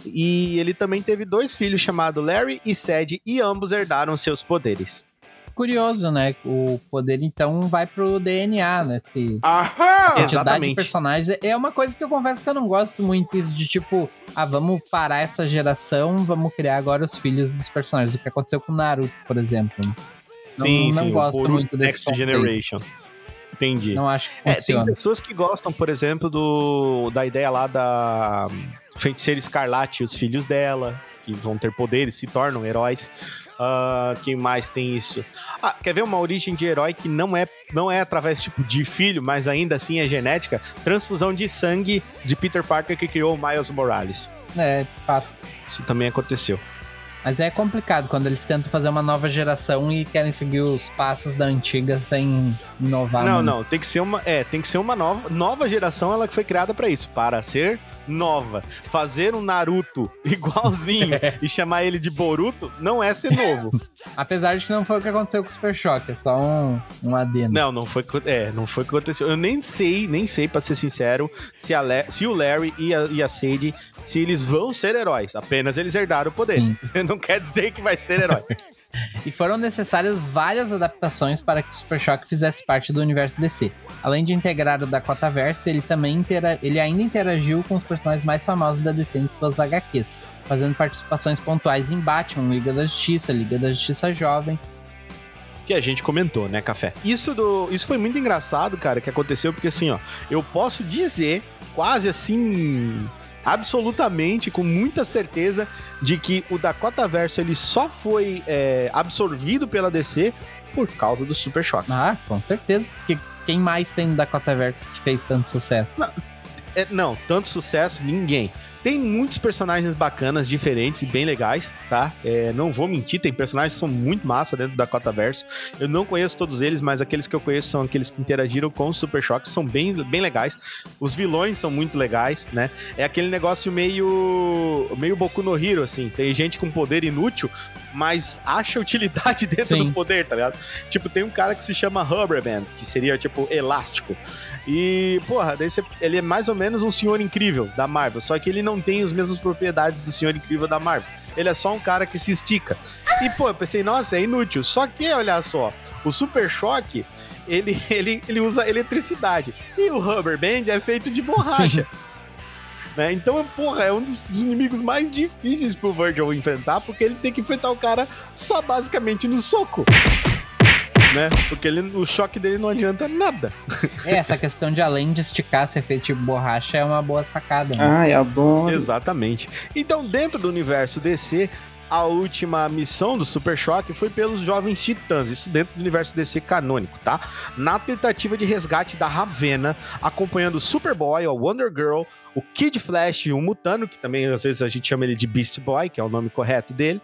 E ele também teve dois filhos chamados Larry e Sadie e ambos herdaram seus poderes. Curioso, né? O poder, então, vai pro D N A, né? Se... Aham! Quantidade Exatamente. de personagens. É uma coisa que eu confesso que eu não gosto muito, isso de tipo, ah, vamos parar essa geração, vamos criar agora os filhos dos personagens. O que aconteceu com o Naruto, por exemplo. Não, Sim, não sim. gosto o muito desse Next conceito. Generation. Entendi. Não acho que É, tem funciona. pessoas que gostam, por exemplo, do, da ideia lá da Feiticeira Escarlate e os filhos dela, que vão ter poderes, se tornam heróis. Uh, quem mais tem isso? Ah, quer ver uma origem de herói que não é, não é através tipo, de filho, mas ainda assim é genética? Transfusão de sangue de Peter Parker que criou o Miles Morales. É, de fato. Isso também aconteceu. Mas é complicado quando eles tentam fazer uma nova geração e querem seguir os passos da antiga sem inovar. não, muito. não, tem que ser uma, é, tem que ser uma nova, nova geração, ela que foi criada pra isso, para ser nova. Fazer um Naruto igualzinho e chamar ele de Boruto não é ser novo. Apesar de que não foi o que aconteceu com o Super Choque, é só um, um adendo. Não, não foi, é, não foi o que aconteceu. Eu nem sei, nem sei, pra ser sincero, se, a Le- se o Larry e a, e a Sadie, se eles vão ser heróis. Apenas eles herdaram o poder. Sim. Não quer dizer que vai ser herói. E foram necessárias várias adaptações para que o Super Choque fizesse parte do universo D C. Além de integrar o Dakota Verso, ele também intera- ele ainda interagiu com os personagens mais famosos da D C em suas H Qs, fazendo participações pontuais em Batman, Liga da Justiça, Liga da Justiça Jovem. que a gente comentou, né, Café? Isso, do, isso foi muito engraçado, cara, que aconteceu, porque assim, ó, eu posso dizer, quase assim, absolutamente, com muita certeza, de que o Dakota Verso, ele só foi é, absorvido pela D C por causa do Super Choque. Ah, com certeza, porque quem mais tem no Dakota Verso que fez tanto sucesso? Não, é, não, tanto sucesso, ninguém. Tem muitos personagens bacanas, diferentes e bem legais, tá? É, não vou mentir, tem personagens que são muito massa dentro do Dakota Verso. Eu não conheço todos eles, mas aqueles que eu conheço são aqueles que interagiram com o Super Choque, são bem, bem legais. Os vilões são muito legais, né? É aquele negócio meio, meio Boku no Hero, assim. Tem gente com poder inútil, mas acha utilidade dentro Sim. do poder, tá ligado? Tipo, tem um cara que se chama Rubber Band, que seria, tipo, elástico. E, porra, daí você, ele é mais ou menos um Senhor Incrível da Marvel, só que ele não tem as mesmas propriedades do Senhor Incrível da Marvel. Ele é só um cara que se estica. E, pô, eu pensei, nossa, é inútil. Só que, olha só, o Super Choque, ele, ele, ele usa eletricidade. E o Rubber Band é feito de borracha. Né? Então, porra, é um dos, dos inimigos mais difíceis pro Virgil enfrentar, porque ele tem que enfrentar o cara só basicamente no soco. Né? Porque ele, o choque dele não adianta nada. É, essa questão de além de esticar ser feito tipo borracha é uma boa sacada, né? Ai, adoro. Exatamente. Então, dentro do universo D C, a última missão do Super Choque foi pelos Jovens Titãs, isso dentro do universo D C canônico, tá? Na tentativa de resgate da Ravena, acompanhando o Superboy, a Wonder Girl, o Kid Flash e o Mutano, que também às vezes a gente chama ele de Beast Boy, que é o nome correto dele,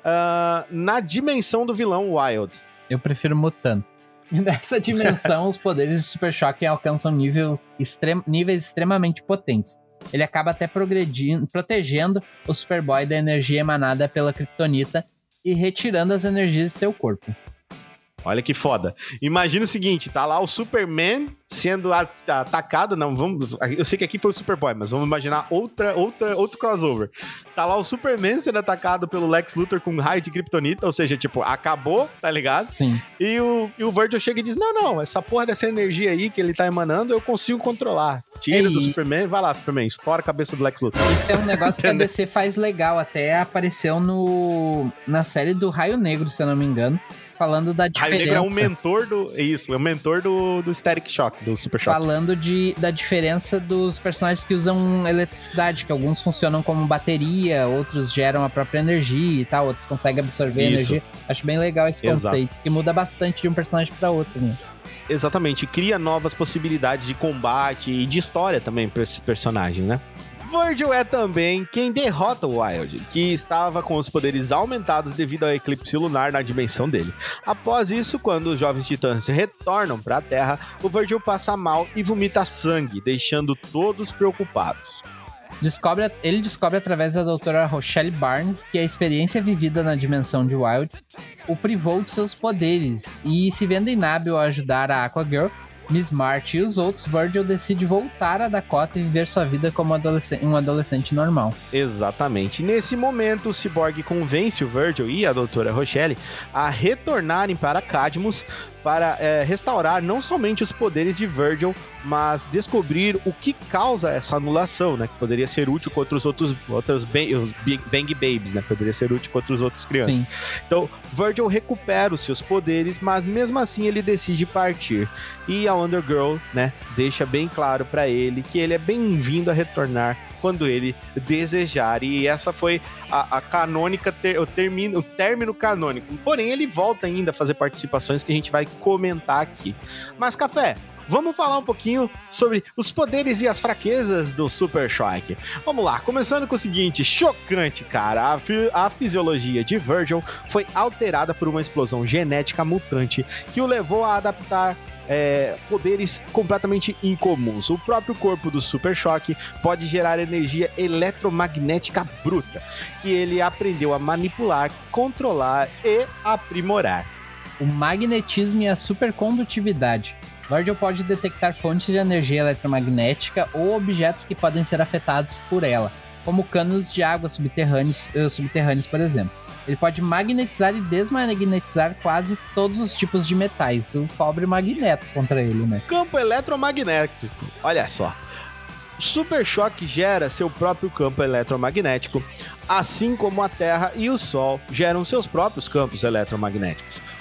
uh, na dimensão do vilão Wild. Eu prefiro Mutano. E nessa dimensão, os poderes de Super Choque alcançam níveis, extrem, níveis extremamente potentes. Ele acaba até progredindo, protegendo o Superboy da energia emanada pela Kryptonita e retirando as energias de seu corpo. Olha que foda. Imagina o seguinte, tá lá o Superman sendo atacado, não, vamos, eu sei que aqui foi o Superboy, mas vamos imaginar outra, outra, outro crossover. Tá lá o Superman sendo atacado pelo Lex Luthor com um raio de Kryptonita, ou seja, tipo, acabou, tá ligado? Sim. E o, e o Virgil chega e diz, não, não, essa porra dessa energia aí que ele tá emanando, eu consigo controlar. Tira e... do Superman, vai lá, Superman, estoura a cabeça do Lex Luthor. Isso é um negócio que a D C faz legal, até apareceu no, na série do Raio Negro, se eu não me engano, falando da diferença. Raio Negro é um mentor do... Isso, é o mentor do, do Static Shock, do Super Shock. Falando de, da diferença dos personagens que usam eletricidade, que alguns funcionam como bateria, outros geram a própria energia e tal, outros conseguem absorver Isso. energia. Acho bem legal esse Exato. conceito, que muda bastante de um personagem para outro, né? Exatamente, cria novas possibilidades de combate e de história também pra esses personagens, né? Virgil é também quem derrota o Wild, que estava com os poderes aumentados devido ao eclipse lunar na dimensão dele. Após isso, quando os Jovens Titãs retornam para a Terra, o Virgil passa mal e vomita sangue, deixando todos preocupados. Descobre, ele descobre através da doutora Rochelle Barnes que a experiência vivida na dimensão de Wild o privou de seus poderes, e se vendo inábil a ajudar a Aquagirl, Miss March e os outros, Virgil decide voltar a Dakota e viver sua vida como adolescente, um adolescente normal. Exatamente. Nesse momento, o Cyborg convence o Virgil e a doutora Rochelle a retornarem para Cadmus para é, restaurar não somente os poderes de Virgil, mas descobrir o que causa essa anulação, né? Que poderia ser útil contra os outros, outros bang, os Bang Babies, né? Poderia ser útil contra os outros crianças. Sim. Então, Virgil recupera os seus poderes, mas mesmo assim ele decide partir. E a Wonder Girl, né? Deixa bem claro para ele que ele é bem-vindo a retornar quando ele desejar. E essa foi a, a canônica, ter, o, termino, o término canônico. Porém, ele volta ainda a fazer participações que a gente vai comentar aqui. Mas, Café, vamos falar um pouquinho sobre os poderes e as fraquezas do Super Choque. Vamos lá, começando com o seguinte, chocante, cara. A, fi- a fisiologia de Virgil foi alterada por uma explosão genética mutante que o levou a adaptar É, poderes completamente incomuns. O próprio corpo do Super Choque pode gerar energia eletromagnética bruta, que ele aprendeu a manipular, controlar e aprimorar. O magnetismo e a supercondutividade. Virgil pode detectar fontes de energia eletromagnética ou objetos que podem ser afetados por ela, como canos de água subterrâneos, uh, subterrâneos, por exemplo. Ele pode magnetizar e desmagnetizar quase todos os tipos de metais. O pobre magneto contra ele, né? Campo eletromagnético. Olha só. O Super Choque gera seu próprio campo eletromagnético, assim como a Terra e o Sol geram seus próprios campos eletromagnéticos.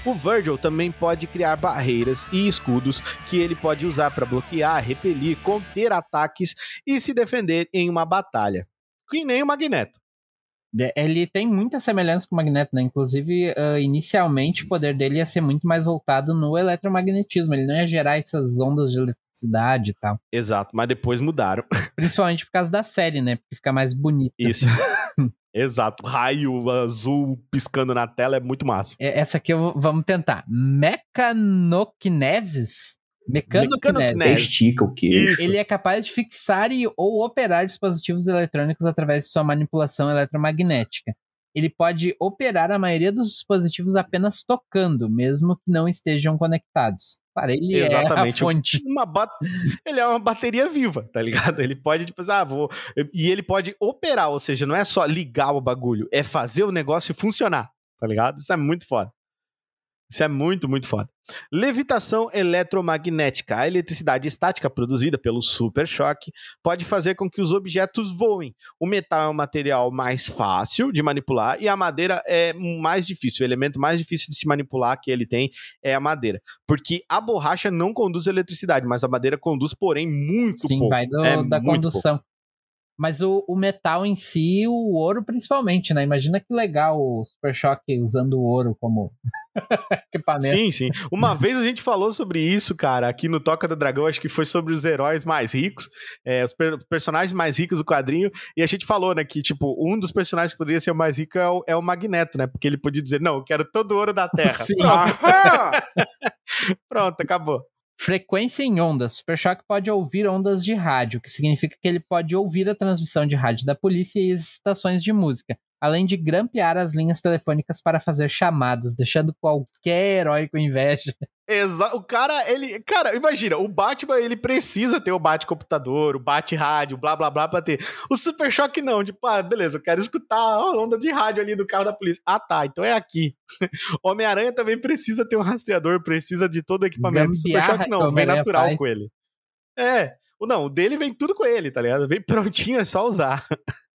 O Virgil também pode criar barreiras e escudos que ele pode usar para bloquear, repelir, conter ataques e se defender em uma batalha. Que nem o Magneto. Ele tem muita semelhança com o Magneto, né? Inclusive, uh, inicialmente, o poder dele ia ser muito mais voltado no eletromagnetismo. Ele não ia gerar essas ondas de eletricidade e tal. Exato, mas depois mudaram. Principalmente por causa da série, né? Porque fica mais bonito. Isso. Exato. Raio azul piscando na tela é muito massa. Essa aqui eu vou, vamos tentar. Mecanokinesis? Mecanokinesis. Estica o queixo. Ele é capaz de fixar e, ou operar dispositivos eletrônicos através de sua manipulação eletromagnética. Ele pode operar a maioria dos dispositivos apenas tocando, mesmo que não estejam conectados. Claro, ele Exatamente. é a fonte. Uma ba... Ele é uma bateria viva, tá ligado? Ele pode, tipo, ah, vou... E ele pode operar, ou seja, não é só ligar o bagulho, é fazer o negócio funcionar, tá ligado? Isso é muito foda. Isso é muito, muito foda. Levitação eletromagnética. A eletricidade estática produzida pelo super choque pode fazer com que os objetos voem. O metal é um material mais fácil de manipular e a madeira é mais difícil. O elemento mais difícil de se manipular que ele tem é a madeira. Porque a borracha não conduz eletricidade, mas a madeira conduz, porém, muito Sim, pouco. vai do, é da condução. Pouco. Mas o, o metal em si, o ouro principalmente, né? Imagina que legal o Super Choque usando o ouro como equipamento. Sim, sim. Uma vez a gente falou sobre isso, cara, aqui no Toca do Dragão, acho que foi sobre os heróis mais ricos, é, os per- personagens mais ricos do quadrinho, e a gente falou, né, que, tipo, um dos personagens que poderia ser o mais rico é o, é o Magneto, né? Porque ele podia dizer, não, eu quero todo o ouro da Terra. Sim. Pronto. Pronto, acabou. Frequência em ondas. Super Choque pode ouvir ondas de rádio, que significa que ele pode ouvir a transmissão de rádio da polícia e as estações de música, além de grampear as linhas telefônicas para fazer chamadas, deixando qualquer herói com inveja. Exato. O cara, ele... Cara, imagina, o Batman, ele precisa ter o bate-computador, o bate-rádio, blá, blá, blá, pra ter. O Super Choque não, tipo, ah, beleza, eu quero escutar a onda de rádio ali do carro da polícia. Ah, tá, então é aqui. Homem-Aranha também precisa ter um rastreador, precisa de todo o equipamento. O Super Choque não, vem natural faz. com ele. É, não, o dele vem tudo com ele, tá ligado? Vem prontinho, é só usar.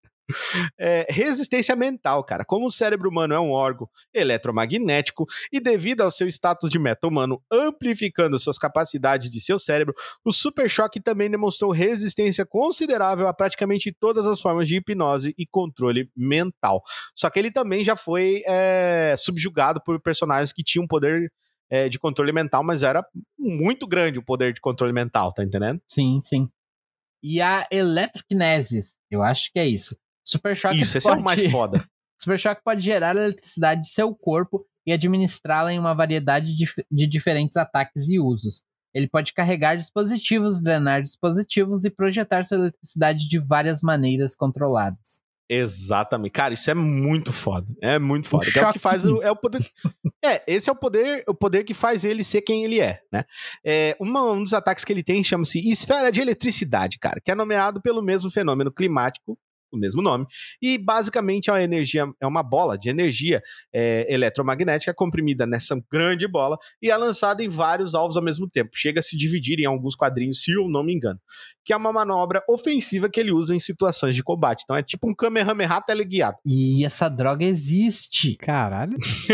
É, resistência mental, cara. Como o cérebro humano é um órgão eletromagnético e devido ao seu status de meta-humano amplificando suas capacidades de seu cérebro, o Super Choque também demonstrou resistência considerável a praticamente todas as formas de hipnose e controle mental. Só que ele também já foi é, subjugado por personagens que tinham poder é, de controle mental, mas era muito grande o poder de controle mental, tá entendendo? Sim, sim. E a eletroquinesis, eu acho que é isso. Super Choque Isso, esse pode... é o mais foda. Super Choque pode gerar a eletricidade de seu corpo e administrá-la em uma variedade de, de diferentes ataques e usos. Ele pode carregar dispositivos, drenar dispositivos e projetar sua eletricidade de várias maneiras controladas. Exatamente. Cara, isso é muito foda. É muito foda. O Que é o que faz o, é o poder. É, esse é o poder, o poder que faz ele ser quem ele é, né? É, uma, um dos ataques que ele tem chama-se esfera de eletricidade, cara, que é nomeado pelo mesmo fenômeno climático, o mesmo nome, e basicamente é uma energia, é uma bola de energia é, eletromagnética comprimida nessa grande bola e é lançada em vários alvos ao mesmo tempo. Chega a se dividir em alguns quadrinhos, se eu não me engano, que é uma manobra ofensiva que ele usa em situações de combate. Então é tipo um Kamehameha teleguiado. E essa droga existe. Caralho.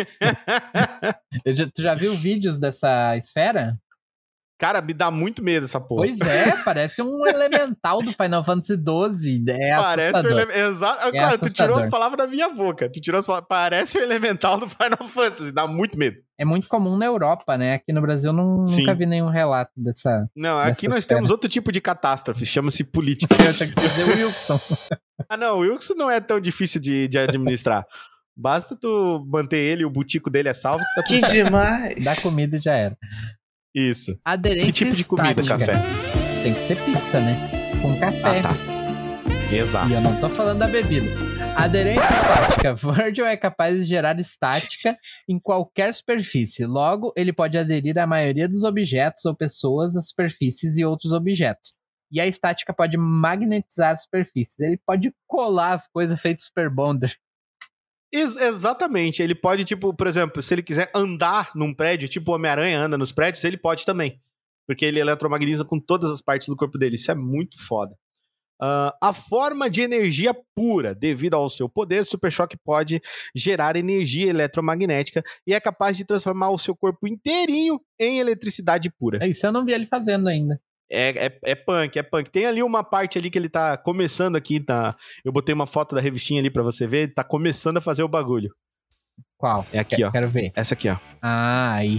Eu já, tu já viu vídeos dessa esfera? Cara, me dá muito medo essa porra. Pois é, parece um elemental do Final Fantasy doze. É parece um elemental. Exato. É Cara, assustador. Tu tirou as palavras da minha boca. Tu tirou as palavras. Parece o um elemental do Final Fantasy. Dá muito medo. É muito comum na Europa, né? Aqui no Brasil não, nunca vi nenhum relato dessa. Não, dessa aqui nós esfera. temos outro tipo de catástrofe. Chama-se política. Eu tinha que dizer o Wilson. Ah, não. O Wilson não é tão difícil de, de administrar. Basta tu manter ele, o butico dele é salvo. Tá Que demais! Dá comida e já era. Isso. Aderência Que tipo de comida, estática. café? Tem que ser pizza, né? Com café. Ah, tá. Exato. E eu não tô falando da bebida. Aderência estática. Virgil é capaz de gerar estática em qualquer superfície. Logo, ele pode aderir à maioria dos objetos ou pessoas às superfícies e outros objetos. E a estática pode magnetizar as superfícies. Ele pode colar as coisas feitas super bonder. Ex- exatamente. Ele pode, tipo, por exemplo, se ele quiser andar num prédio, tipo o Homem-Aranha anda nos prédios, ele pode também. Porque ele eletromagnetiza com todas as partes do corpo dele. Isso é muito foda. Uh, a forma de energia pura, devido ao seu poder, o Super Choque pode gerar energia eletromagnética e é capaz de transformar o seu corpo inteirinho em eletricidade pura. Isso eu não vi ele fazendo ainda. É, é, é punk, é punk. Tem ali uma parte ali que ele tá começando aqui, tá? Eu botei uma foto da revistinha ali pra você ver, ele tá começando a fazer o bagulho. Qual? É aqui, Quero, ó. Quero ver. Essa aqui, ó. Ah, aí.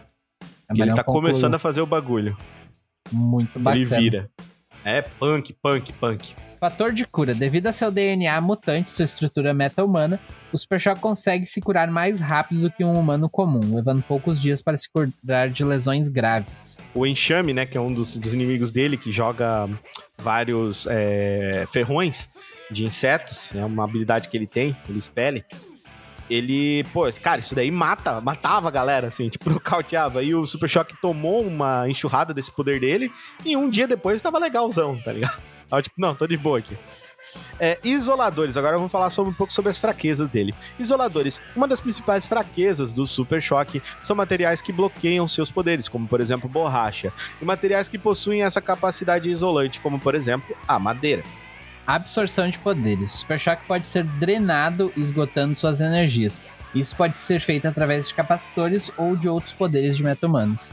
Que ele tá começando a fazer o bagulho. Muito bacana. Ele vira. É punk, punk, punk. Fator de cura. Devido a seu D N A mutante e sua estrutura meta-humana, o Super Choque consegue se curar mais rápido do que um humano comum, levando poucos dias para se curar de lesões graves. O Enxame, né, que é um dos, dos inimigos dele, que joga vários é, ferrões de insetos, é uma habilidade que ele tem, ele expele. Ele, pô, cara, isso daí mata, matava a galera, assim, tipo, nocauteava. E o Super Choque tomou uma enxurrada desse poder dele e um dia depois tava legalzão, tá ligado? Tava tipo, não, tô de boa aqui. É, isoladores, agora vamos falar sobre, um pouco sobre as fraquezas dele. Isoladores, uma das principais fraquezas do Super Choque são materiais que bloqueiam seus poderes, como por exemplo borracha, e materiais que possuem essa capacidade isolante, como por exemplo a madeira. Absorção de poderes. O Super Choque pode ser drenado, esgotando suas energias. Isso pode ser feito através de capacitores ou de outros poderes de meta-humanos.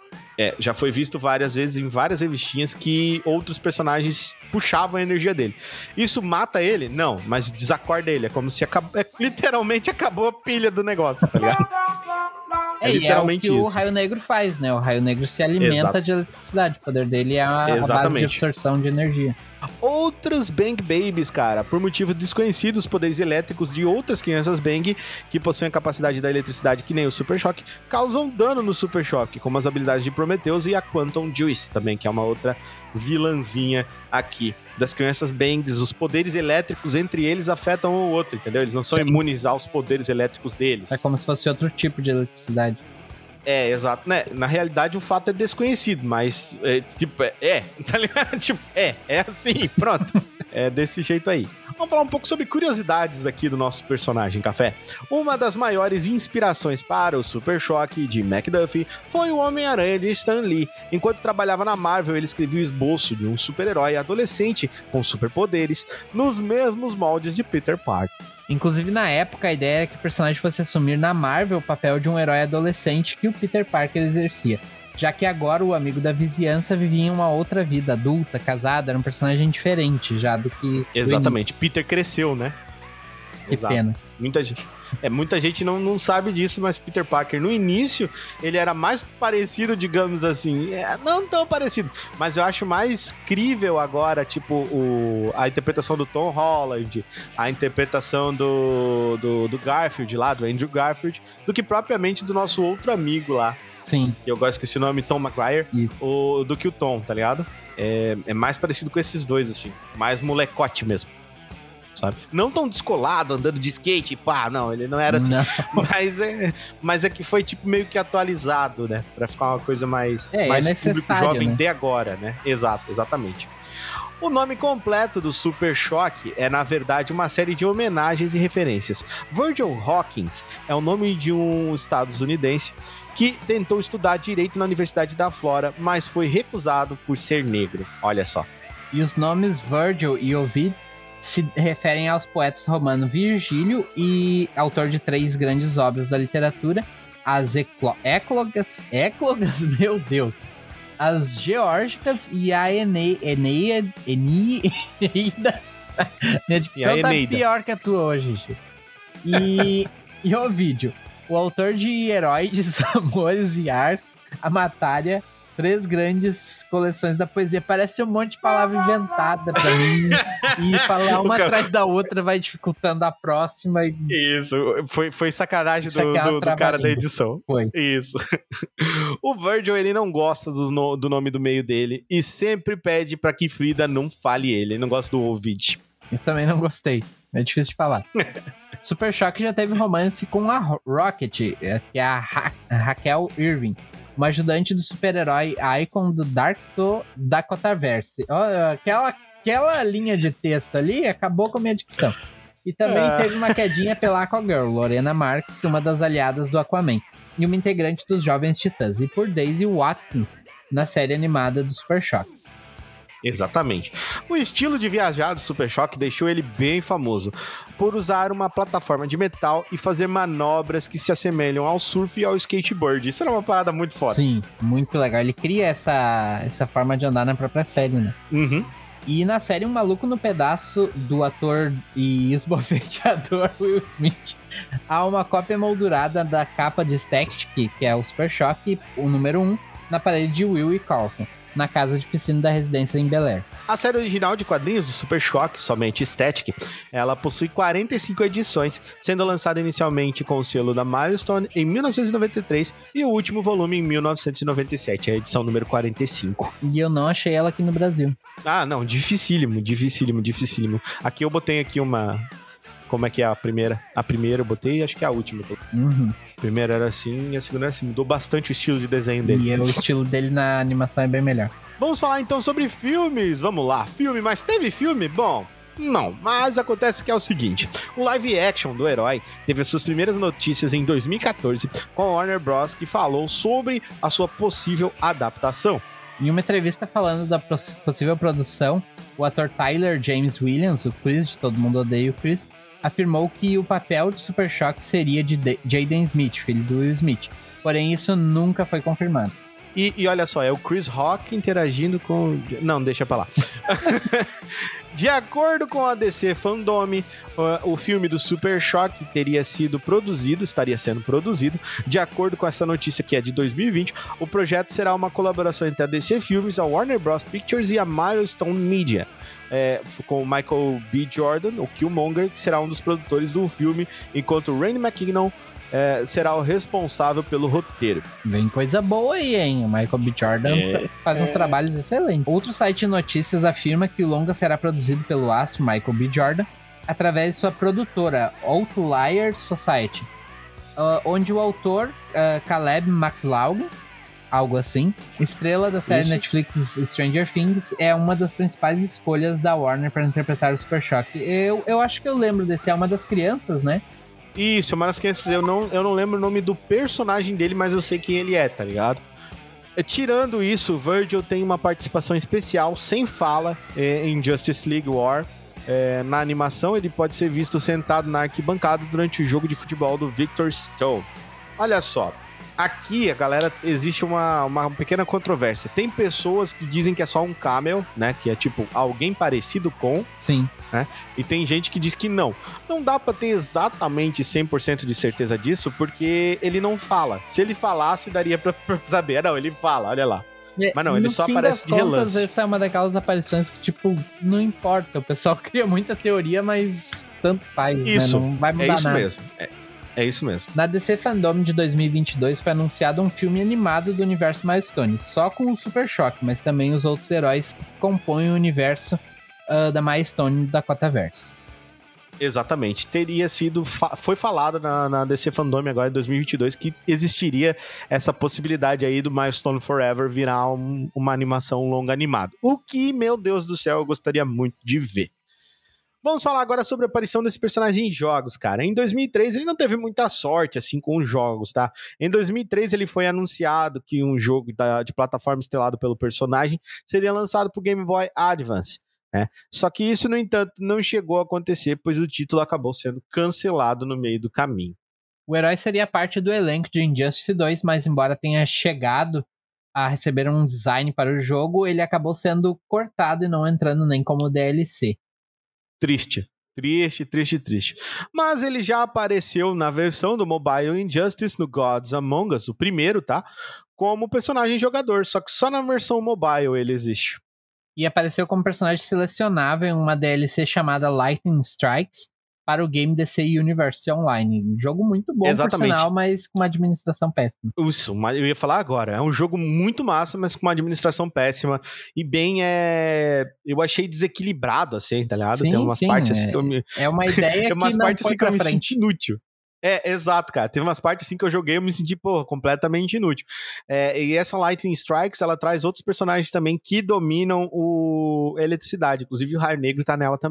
É, já foi visto várias vezes em várias revistinhas que outros personagens puxavam a energia dele. Isso mata ele? Não, mas desacorda ele. É como se acab... é, literalmente acabou a pilha do negócio, tá ligado? É, é literalmente é o que isso. O Raio Negro faz, né? O Raio Negro se alimenta Exato. de eletricidade. O poder dele é a, a base de absorção de energia. Outros Bang Babies, cara, por motivos desconhecidos, os poderes elétricos de outras crianças Bang, que possuem a capacidade da eletricidade que nem o Super Choque, causam dano no Super Choque, como as habilidades de Prometheus e a Quantum Juice também, que é uma outra vilãzinha aqui. Das crianças Bangs, os poderes elétricos entre eles afetam o outro, entendeu? Eles não são Sim. imunes aos poderes elétricos deles. É como se fosse outro tipo de eletricidade. É, exato, né? Na realidade, o fato é desconhecido, mas, é, tipo, é, é, tá ligado? Tipo, é, é assim, pronto. É desse jeito aí. Vamos falar um pouco sobre curiosidades aqui do nosso personagem, Café. Uma das maiores inspirações para o Super Choque de McDuffie foi o Homem-Aranha de Stan Lee. Enquanto trabalhava na Marvel, ele escrevia o esboço de um super-herói adolescente com superpoderes nos mesmos moldes de Peter Parker. Inclusive, na época, a ideia era que o personagem fosse assumir na Marvel o papel de um herói adolescente que o Peter Parker exercia, já que agora o amigo da vizinhança vivia em uma outra vida adulta, casada, era um personagem diferente já do que Exatamente, Peter cresceu, né? Que Exato. Pena. Muita gente, é, muita gente não, não sabe disso, mas Peter Parker, no início, ele era mais parecido, digamos assim, é, não tão parecido, mas eu acho mais crível agora, tipo, o, a interpretação do Tom Holland, a interpretação do, do, do Garfield lá, do Andrew Garfield, do que propriamente do nosso outro amigo lá. Sim. Eu gosto que esse nome, Tom Maguire, o, do que o Tom, tá ligado? É, é mais parecido com esses dois, assim, mais molecote mesmo. Sabe? Não tão descolado, andando de skate, pá, não, ele não era assim. Não. Mas, é, mas é que foi tipo meio que atualizado, né? Pra ficar uma coisa mais, é, mais é público jovem, né? De agora, né? Exato, exatamente. O nome completo do Super Choque é, na verdade, uma série de homenagens e referências. Virgil Hawkins é o nome de um estadunidense que tentou estudar direito na Universidade da Flórida, mas foi recusado por ser negro. Olha só. E os nomes Virgil e Ovid se referem aos poetas romanos Virgílio e autor de três grandes obras da literatura, as Eclo- Éclogas, Éclogas, meu Deus, as Geórgicas e a Ene, Eneida, Eneida. Minha dicção tá pior que a tua hoje, gente. E, e Ovídio, o autor de Heróis, Amores e Ars, a Matária, três grandes coleções da poesia. Parece um monte de palavra inventada pra mim. E falar uma cara... atrás da outra vai dificultando a próxima. E... Isso, foi, foi sacanagem do, é do, do cara da edição. Foi. Isso. O Virgil, ele não gosta do, no, do nome do meio dele e sempre pede pra que Frida não fale ele. Ele não gosta do Ovid. Eu também não gostei. É difícil de falar. Super Choque já teve romance com a Rocket, que é a, Ra- a Raquel Irving, uma ajudante do super-herói Icon do Dark do Dakotaverse. Oh, aquela, aquela linha de texto ali acabou com a minha dicção. E também ah. teve uma quedinha pela Aquagirl, Lorena Marx, uma das aliadas do Aquaman, e uma integrante dos Jovens Titãs, e por Daisy Watkins, na série animada do Super Choque. Exatamente. O estilo de viajar do Super Choque deixou ele bem famoso por usar uma plataforma de metal e fazer manobras que se assemelham ao surf e ao skateboard. Isso era uma parada muito foda. Sim, muito legal. Ele cria essa, essa forma de andar na própria série, né? Uhum. E na série, um maluco no pedaço do ator e esbofeteador Will Smith há uma cópia moldurada da capa de Static, que é o Super Choque, o número um, na parede de Will e Carlton, na casa de piscina da residência em Bel Air. A série original de quadrinhos do Super Choque, somente Static, ela possui quarenta e cinco edições, sendo lançada inicialmente com o selo da Milestone em mil novecentos e noventa e três e o último volume em mil novecentos e noventa e sete, a edição número quarenta e cinco. E eu não achei ela aqui no Brasil. Ah, não, dificílimo, dificílimo, dificílimo. Aqui eu botei aqui uma... Como é que é a primeira? A primeira eu botei e acho que é a última. Uhum. A primeira era assim e a segunda era assim. Mudou bastante o estilo de desenho dele. E o estilo dele na animação é bem melhor. Vamos falar então sobre filmes. Vamos lá, filme. Mas teve filme? Bom, não. Mas acontece que é o seguinte. O live action do herói teve as suas primeiras notícias em dois mil e catorze com a Warner Bros. Que falou sobre a sua possível adaptação. Em uma entrevista falando da possível produção, o ator Tyler James Williams, o Chris de Todo Mundo Odeia o Chris, afirmou que o papel de Super Choque seria de de- Jaden Smith, filho do Will Smith. Porém, isso nunca foi confirmado. E, e olha só, é o Chris Rock interagindo com... Não, deixa pra lá. De acordo com a D C Fandom, uh, o filme do Super Choque teria sido produzido, estaria sendo produzido. De acordo com essa notícia que é de dois mil e vinte, o projeto será uma colaboração entre a D C Filmes, a Warner Bros. Pictures e a Milestone Media. É, com o Michael B. Jordan, o Killmonger, que será um dos produtores do filme, enquanto o Ryan McKinnon é, será o responsável pelo roteiro. Vem coisa boa aí, hein? O Michael B. Jordan É. faz uns trabalhos excelentes. Outro site de notícias afirma que o longa será produzido pelo astro Michael B. Jordan através de sua produtora, Outlier Society, uh, onde o autor, uh, Caleb McLaughlin, algo assim, estrela da série Isso. Netflix Stranger Things, é uma das principais escolhas da Warner para interpretar o Super Choque. Eu, eu acho que eu lembro desse, é uma das crianças, né? Isso, mas as crianças, eu não, eu não lembro o nome do personagem dele, mas eu sei quem ele é, tá ligado? É, tirando isso, o Virgil tem uma participação especial, sem fala, é, em Justice League War. É, na animação, ele pode ser visto sentado na arquibancada durante o jogo de futebol do Victor Stone. Olha só, aqui, a galera, existe uma, uma pequena controvérsia. Tem pessoas que dizem que é só um cameo, né? Que é tipo alguém parecido com... Sim. Né? E tem gente que diz que não. Não dá pra ter exatamente cem por cento de certeza disso, porque ele não fala. Se ele falasse, daria pra, pra saber. Não, ele fala, olha lá. Mas não, ele no só fim aparece das de contas, relance. essa é uma daquelas aparições que, tipo, não importa. O pessoal cria muita teoria, mas tanto faz, Isso, né? Não vai mudar é isso nada. mesmo. É, é isso mesmo. Na D C Fandom de dois mil e vinte e dois foi anunciado um filme animado do universo Milestone, só com o Super Choque, mas também os outros heróis que compõem o universo uh, da Milestone da Cotaverse. Exatamente. Teria sido... Fa- foi falado na, na D C Fandom agora em dois mil e vinte e dois que existiria essa possibilidade aí do Milestone Forever virar um- uma animação longa animada. O que, meu Deus do céu, eu gostaria muito de ver. Vamos falar agora sobre a aparição desse personagem em jogos, cara. Em dois mil e três ele não teve muita sorte, assim, com os jogos, tá? Em dois mil e três ele foi anunciado que um jogo da, de plataforma estrelado pelo personagem seria lançado pro Game Boy Advance, né? Só que isso, no entanto, não chegou a acontecer, pois o título acabou sendo cancelado no meio do caminho. O herói seria parte do elenco de Injustice dois, mas embora tenha chegado a receber um design para o jogo, ele acabou sendo cortado e não entrando nem como D L C. Triste. Triste, triste, triste. Mas ele já apareceu na versão do Mobile Injustice no Gods Among Us, o primeiro, tá? Como personagem jogador, só que só na versão mobile ele existe. E apareceu como personagem selecionável em uma D L C chamada Lightning Strikes para o game D C Universe Online. Um jogo muito bom, Exatamente. por sinal, mas com uma administração péssima. Isso, mas eu ia falar agora. É um jogo muito massa, mas com uma administração péssima. E bem, é... eu achei desequilibrado, assim, tá ligado? Sim, Tem umas sim, partes é, assim que eu me... é uma ideia Tem umas que não partes foi assim que eu pra me frente. senti inútil. É, exato, cara. Teve umas partes assim que eu joguei e eu me senti, pô, completamente inútil. É, e essa Lightning Strikes, ela traz outros personagens também que dominam o... a eletricidade. Inclusive o Raio Negro tá nela também.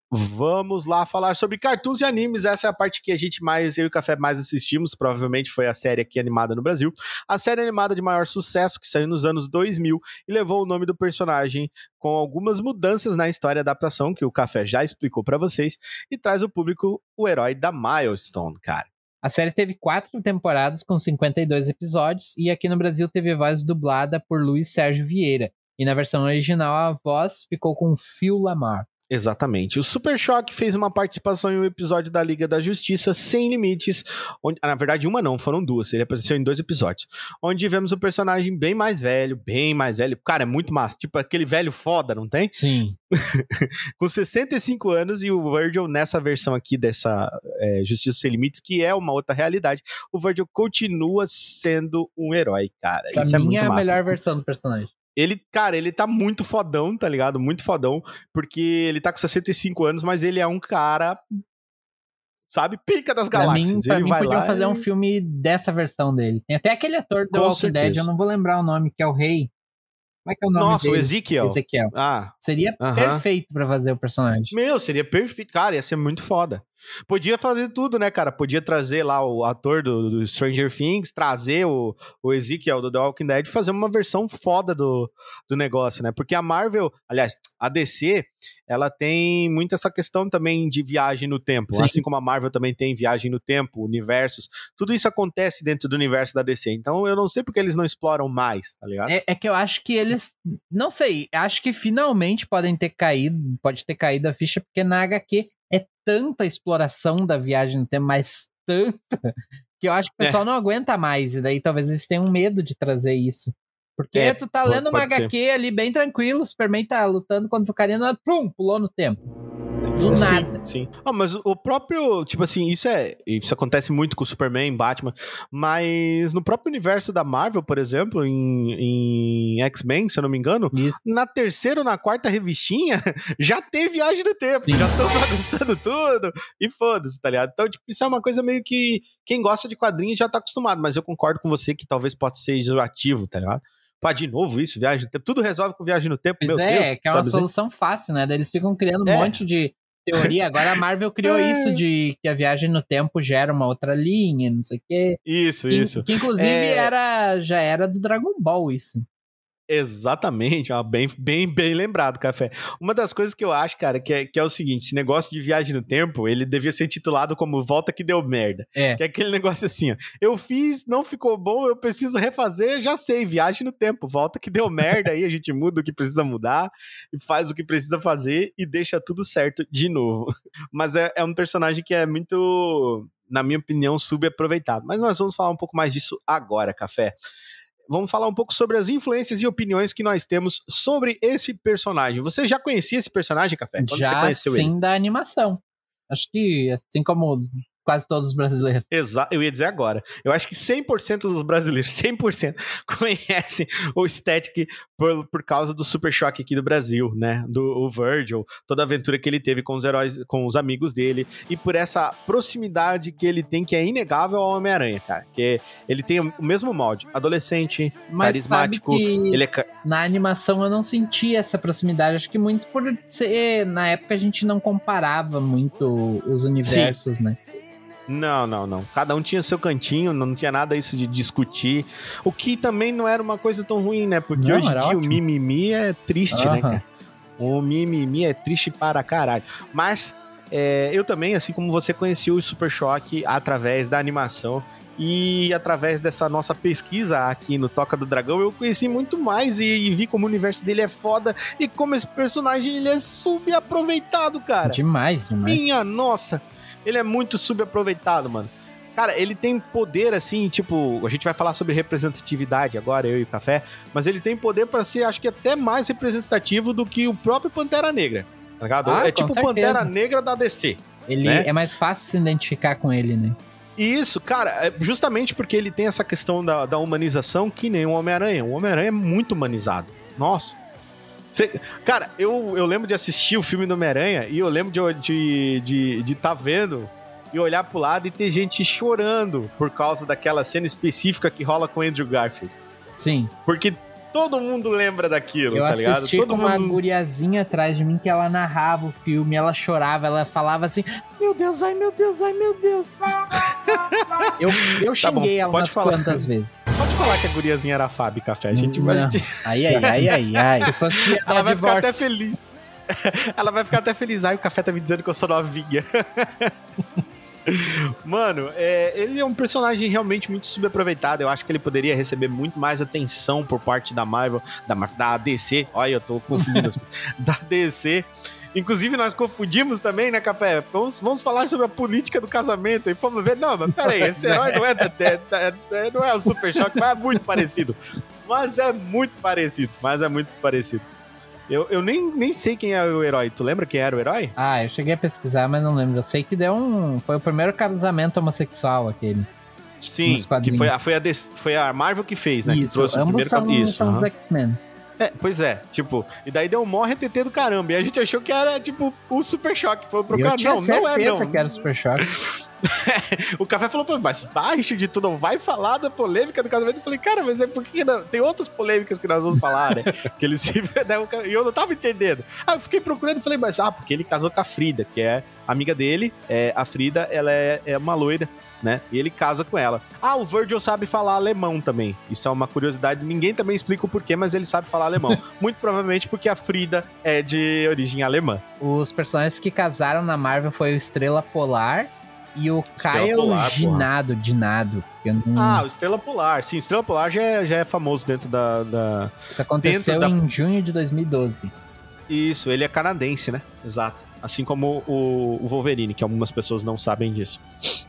Vamos lá falar sobre cartoons e animes. Essa é a parte que a gente mais, eu e o Café mais assistimos. Provavelmente foi a série aqui animada no Brasil. A série animada de maior sucesso, que saiu nos anos dois mil e levou o nome do personagem com algumas mudanças na história e adaptação, que o Café já explicou pra vocês, e traz ao público o herói da Milestone, cara. A série teve quatro temporadas com cinquenta e dois episódios e aqui no Brasil teve voz dublada por Luiz Sérgio Vieira. E na versão original a voz ficou com Phil Lamar. Exatamente. O Super Choque fez uma participação em um episódio da Liga da Justiça Sem Limites, onde, na verdade uma não, foram duas, ele apareceu em dois episódios, onde vemos o personagem bem mais velho, bem mais velho, cara, é muito massa, tipo aquele velho foda, não tem? Sim. Com sessenta e cinco anos, e o Virgil, nessa versão aqui dessa é, Justiça Sem Limites, que é uma outra realidade, o Virgil continua sendo um herói, cara. Pra Isso mim é muito é a massa. melhor versão do personagem. Ele, cara, ele tá muito fodão, tá ligado? Muito fodão, porque ele tá com sessenta e cinco anos, mas ele é um cara, sabe, pica das Pra galáxias. mim, pra ele mim vai podiam lá fazer e... um filme dessa versão dele. Tem até aquele ator do Com Walking certeza. Dead, eu não vou lembrar o nome, que é o Rei. Como é que é o nome Nossa, dele? o Ezekiel. Ezequiel. Ah, Seria Aham. perfeito pra fazer o personagem. meu, seria perfeito. Cara, ia ser muito foda. Podia fazer tudo, né, cara? Podia trazer lá o ator do, do Stranger Things, trazer o, o Ezekiel do The Walking Dead e fazer uma versão foda do, do negócio, né? Porque a Marvel, aliás, a D C, ela tem muito essa questão também de viagem no tempo. Sim. Assim como a Marvel também tem viagem no tempo, universos. Tudo isso acontece dentro do universo da D C. Então eu não sei porque eles não exploram mais, tá ligado? É, é que eu acho que eles... Não sei, acho que finalmente podem ter caído, pode ter caído a ficha, porque na H Q é tanta exploração da viagem no tempo, mas tanta, que eu acho que o pessoal é. não aguenta mais, e daí talvez eles tenham medo de trazer isso. Porque é, tu tá pode, lendo uma H Q ser. ali bem tranquilo, o Superman tá lutando contra o carinha, pum, pulou no tempo. Do sim, nada. Sim. Oh, mas o próprio, tipo assim, isso é. Isso acontece muito com o Superman, Batman, mas no próprio universo da Marvel, por exemplo, em, em X-Men, se eu não me engano, isso. na terceira ou na quarta revistinha, já tem viagem no tempo, sim. Já estão bagunçando tudo, e foda-se, tá ligado? Então, tipo, isso é uma coisa meio que quem gosta de quadrinhos já tá acostumado, mas eu concordo com você que talvez possa ser enjoativo, tá ligado? Pá, de novo isso, viagem no tempo. Tudo resolve com viagem no tempo, pois meu é, Deus. É, que é uma solução assim? fácil, né? Daí eles ficam criando um é. monte de teoria. Agora a Marvel criou é. isso de que a viagem no tempo gera uma outra linha, não sei o quê. Isso, que, isso. Que inclusive é... era, já era do Dragon Ball isso. Exatamente, ó, bem, bem, bem lembrado, Café. Uma das coisas que eu acho, cara, que é, que é o seguinte, esse negócio de viagem no tempo, ele devia ser titulado como Volta que Deu Merda. É. Que é aquele negócio assim, ó, eu fiz, não ficou bom, eu preciso refazer, já sei, viagem no tempo, volta que deu merda, aí a gente muda o que precisa mudar, e faz o que precisa fazer, e deixa tudo certo de novo. Mas é, é um personagem que é muito, na minha opinião, subaproveitado. Mas nós vamos falar um pouco mais disso agora, Café. Vamos falar um pouco sobre as influências e opiniões que nós temos sobre esse personagem. Você já conhecia esse personagem, Café? Quando já, você conheceu sim, ele? Da animação. Acho que, assim como quase todos os brasileiros. Exato, eu ia dizer agora. Eu acho que cem por cento dos brasileiros, cem por cento, conhecem o Static por, por causa do Super Choque aqui do Brasil, né? Do o Virgil, toda a aventura que ele teve com os heróis, com os amigos dele, e por essa proximidade que ele tem, que é inegável ao Homem-Aranha, cara. Que ele tem o mesmo molde, adolescente, mas carismático. Ele é ca... Na animação eu não senti essa proximidade, acho que muito por ser... Na época a gente não comparava muito os universos, sim, né? Não, não, não. Cada um tinha seu cantinho, não tinha nada isso de discutir. O que também não era uma coisa tão ruim, né? Porque não, hoje em dia ótimo. O mimimi é triste, uh-huh. né, cara? O mimimi é triste para caralho. Mas é, eu também, assim como você, conheci o Super Choque através da animação. E através dessa nossa pesquisa aqui no Toca do Dragão, eu conheci muito mais e, e vi como o universo dele é foda e como esse personagem ele é subaproveitado, cara. Demais, demais. Minha nossa! Ele é muito subaproveitado, mano. Cara, ele tem poder, assim, tipo... A gente vai falar sobre representatividade agora, eu e o Café. Mas ele tem poder pra ser, acho que até mais representativo do que o próprio Pantera Negra. Tá ligado? Ah, é tipo o Pantera Negra da D C. Ele né? É mais fácil se identificar com ele, né? Isso, cara, justamente porque ele tem essa questão da, da humanização que nem o Homem-Aranha. O Homem-Aranha é muito humanizado. Nossa. Cê, cara, eu, eu lembro de assistir o filme do Homem-Aranha e eu lembro de estar de, de, de tá vendo e olhar pro lado e ter gente chorando por causa daquela cena específica que rola com o Andrew Garfield. Sim. Porque todo mundo lembra daquilo, Eu tá ligado? assisti Todo com uma mundo... guriazinha atrás de mim que ela narrava o filme, ela chorava, ela falava assim, meu Deus, ai meu Deus, ai meu Deus. eu eu Tá bom, xinguei ela pode umas falar. quantas vezes. Pode falar que a guriazinha era a Fábio Café. A gente Não. vai... a gente- Ai, ai, ai, ai, ai. Se fosse ia Ela dar vai ficar até divórcio. feliz. Ela vai ficar até feliz. Ai, o Café tá me dizendo que eu sou novinha. Mano, é, ele é um personagem realmente muito subaproveitado. Eu acho que ele poderia receber muito mais atenção por parte da Marvel, da, Mar- da D C. Olha, eu tô confundindo as coisas. Da D C. Inclusive, nós confundimos também, né, Café? Vamos, vamos falar sobre a política do casamento. E fomos ver, não, mas peraí, esse herói não é, da, da- da- não é o Super Choque, mas é muito parecido. Mas é muito parecido. Mas é muito parecido. Eu, eu nem, nem sei quem é o herói. Tu lembra quem era o herói? Ah, eu cheguei a pesquisar, mas não lembro. Eu sei que deu um... Foi o primeiro casamento homossexual, aquele. Sim, Nos que quadrinhos. foi a, foi, a D C foi a Marvel que fez, né? Que Isso, trouxe o ambos primeiro são, cap- Isso, são aham. dos X-Men. É, pois é, tipo, e daí deu um mó retetê do caramba. E a gente achou que era, tipo, o Super Choque. Foi E procurar. eu tinha Não, não é, certeza não. que era o Super Choque. O Café falou, pô, mas baixo de tudo, não vai falar da polêmica do casamento. Eu falei, cara, mas é porque não? Tem outras polêmicas que nós vamos falar, né? Que ele se. E eu não tava entendendo. Aí eu fiquei procurando e falei, mas ah, porque ele casou com a Frida, que é amiga dele. É, a Frida, ela é, é uma loira, né? E ele casa com ela. Ah, o Virgil sabe falar alemão também. Isso é uma curiosidade. Ninguém também explica o porquê, mas ele sabe falar alemão. Muito provavelmente porque a Frida é de origem alemã. Os personagens que casaram na Marvel foi o Estrela Polar e o Estrela Kyle Polar, Ginado, Dinado. que eu não- Ah, o Estrela Polar. Sim, Estrela Polar já é, já é famoso dentro da... da... Isso aconteceu dentro da- em junho de dois mil e doze. Isso, ele é canadense, né? Exato. Assim como o, o Wolverine, que algumas pessoas não sabem disso.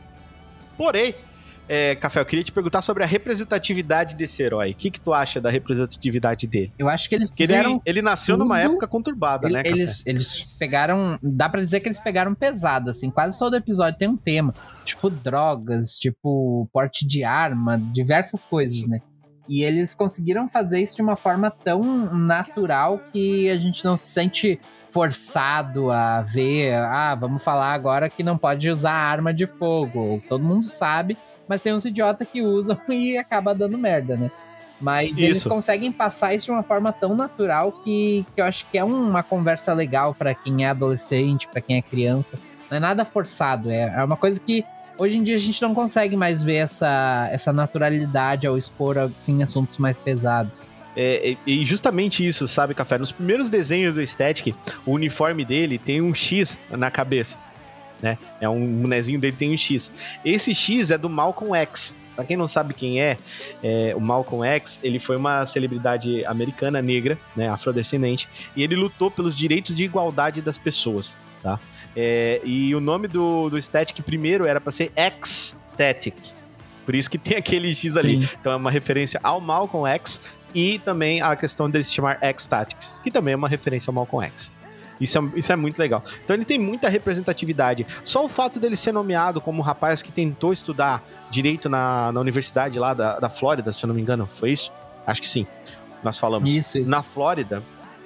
Porém, é, Café, eu queria te perguntar sobre a representatividade desse herói. O que, que tu acha da representatividade dele? Eu acho que eles Porque ele, fizeram... ele nasceu numa tudo- época conturbada, ele- né, Café? eles, eles pegaram... Dá pra dizer que eles pegaram pesado, assim. Quase todo episódio tem um tema. Tipo drogas, tipo porte de arma, diversas coisas, né? E eles conseguiram fazer isso de uma forma tão natural que a gente não se sente forçado a ver, ah, vamos falar agora que não pode usar arma de fogo. Todo mundo sabe, mas tem uns idiotas que usam e acaba dando merda, né? Mas eles Isso. conseguem passar isso de uma forma tão natural que, que eu acho que é uma conversa legal pra quem é adolescente, pra quem é criança. Não é nada forçado, é, é uma coisa que hoje em dia a gente não consegue mais ver essa, essa naturalidade ao expor, assim, assuntos mais pesados. É, e e justamente isso, sabe, Café? Nos primeiros desenhos do Static, o uniforme dele tem um X na cabeça, né? É um bonezinho dele tem um X. Esse X é do Malcolm X. Pra quem não sabe quem é, é, o Malcolm X, ele foi uma celebridade americana negra, né, afrodescendente, e ele lutou pelos direitos de igualdade das pessoas, tá? É, e o nome do, do Static primeiro era pra ser X-Static. Por isso que tem aquele X ali. Sim. Então é uma referência ao Malcolm X e também a questão dele se chamar X-Tactics, que também é uma referência ao Malcolm X. Isso é, isso é muito legal. Então ele tem muita representatividade. Só o fato dele ser nomeado como um rapaz que tentou estudar direito na, na universidade lá da, da Flórida, se eu não me engano, foi isso? Acho que sim. Nós falamos. Isso, isso. Na Flórida,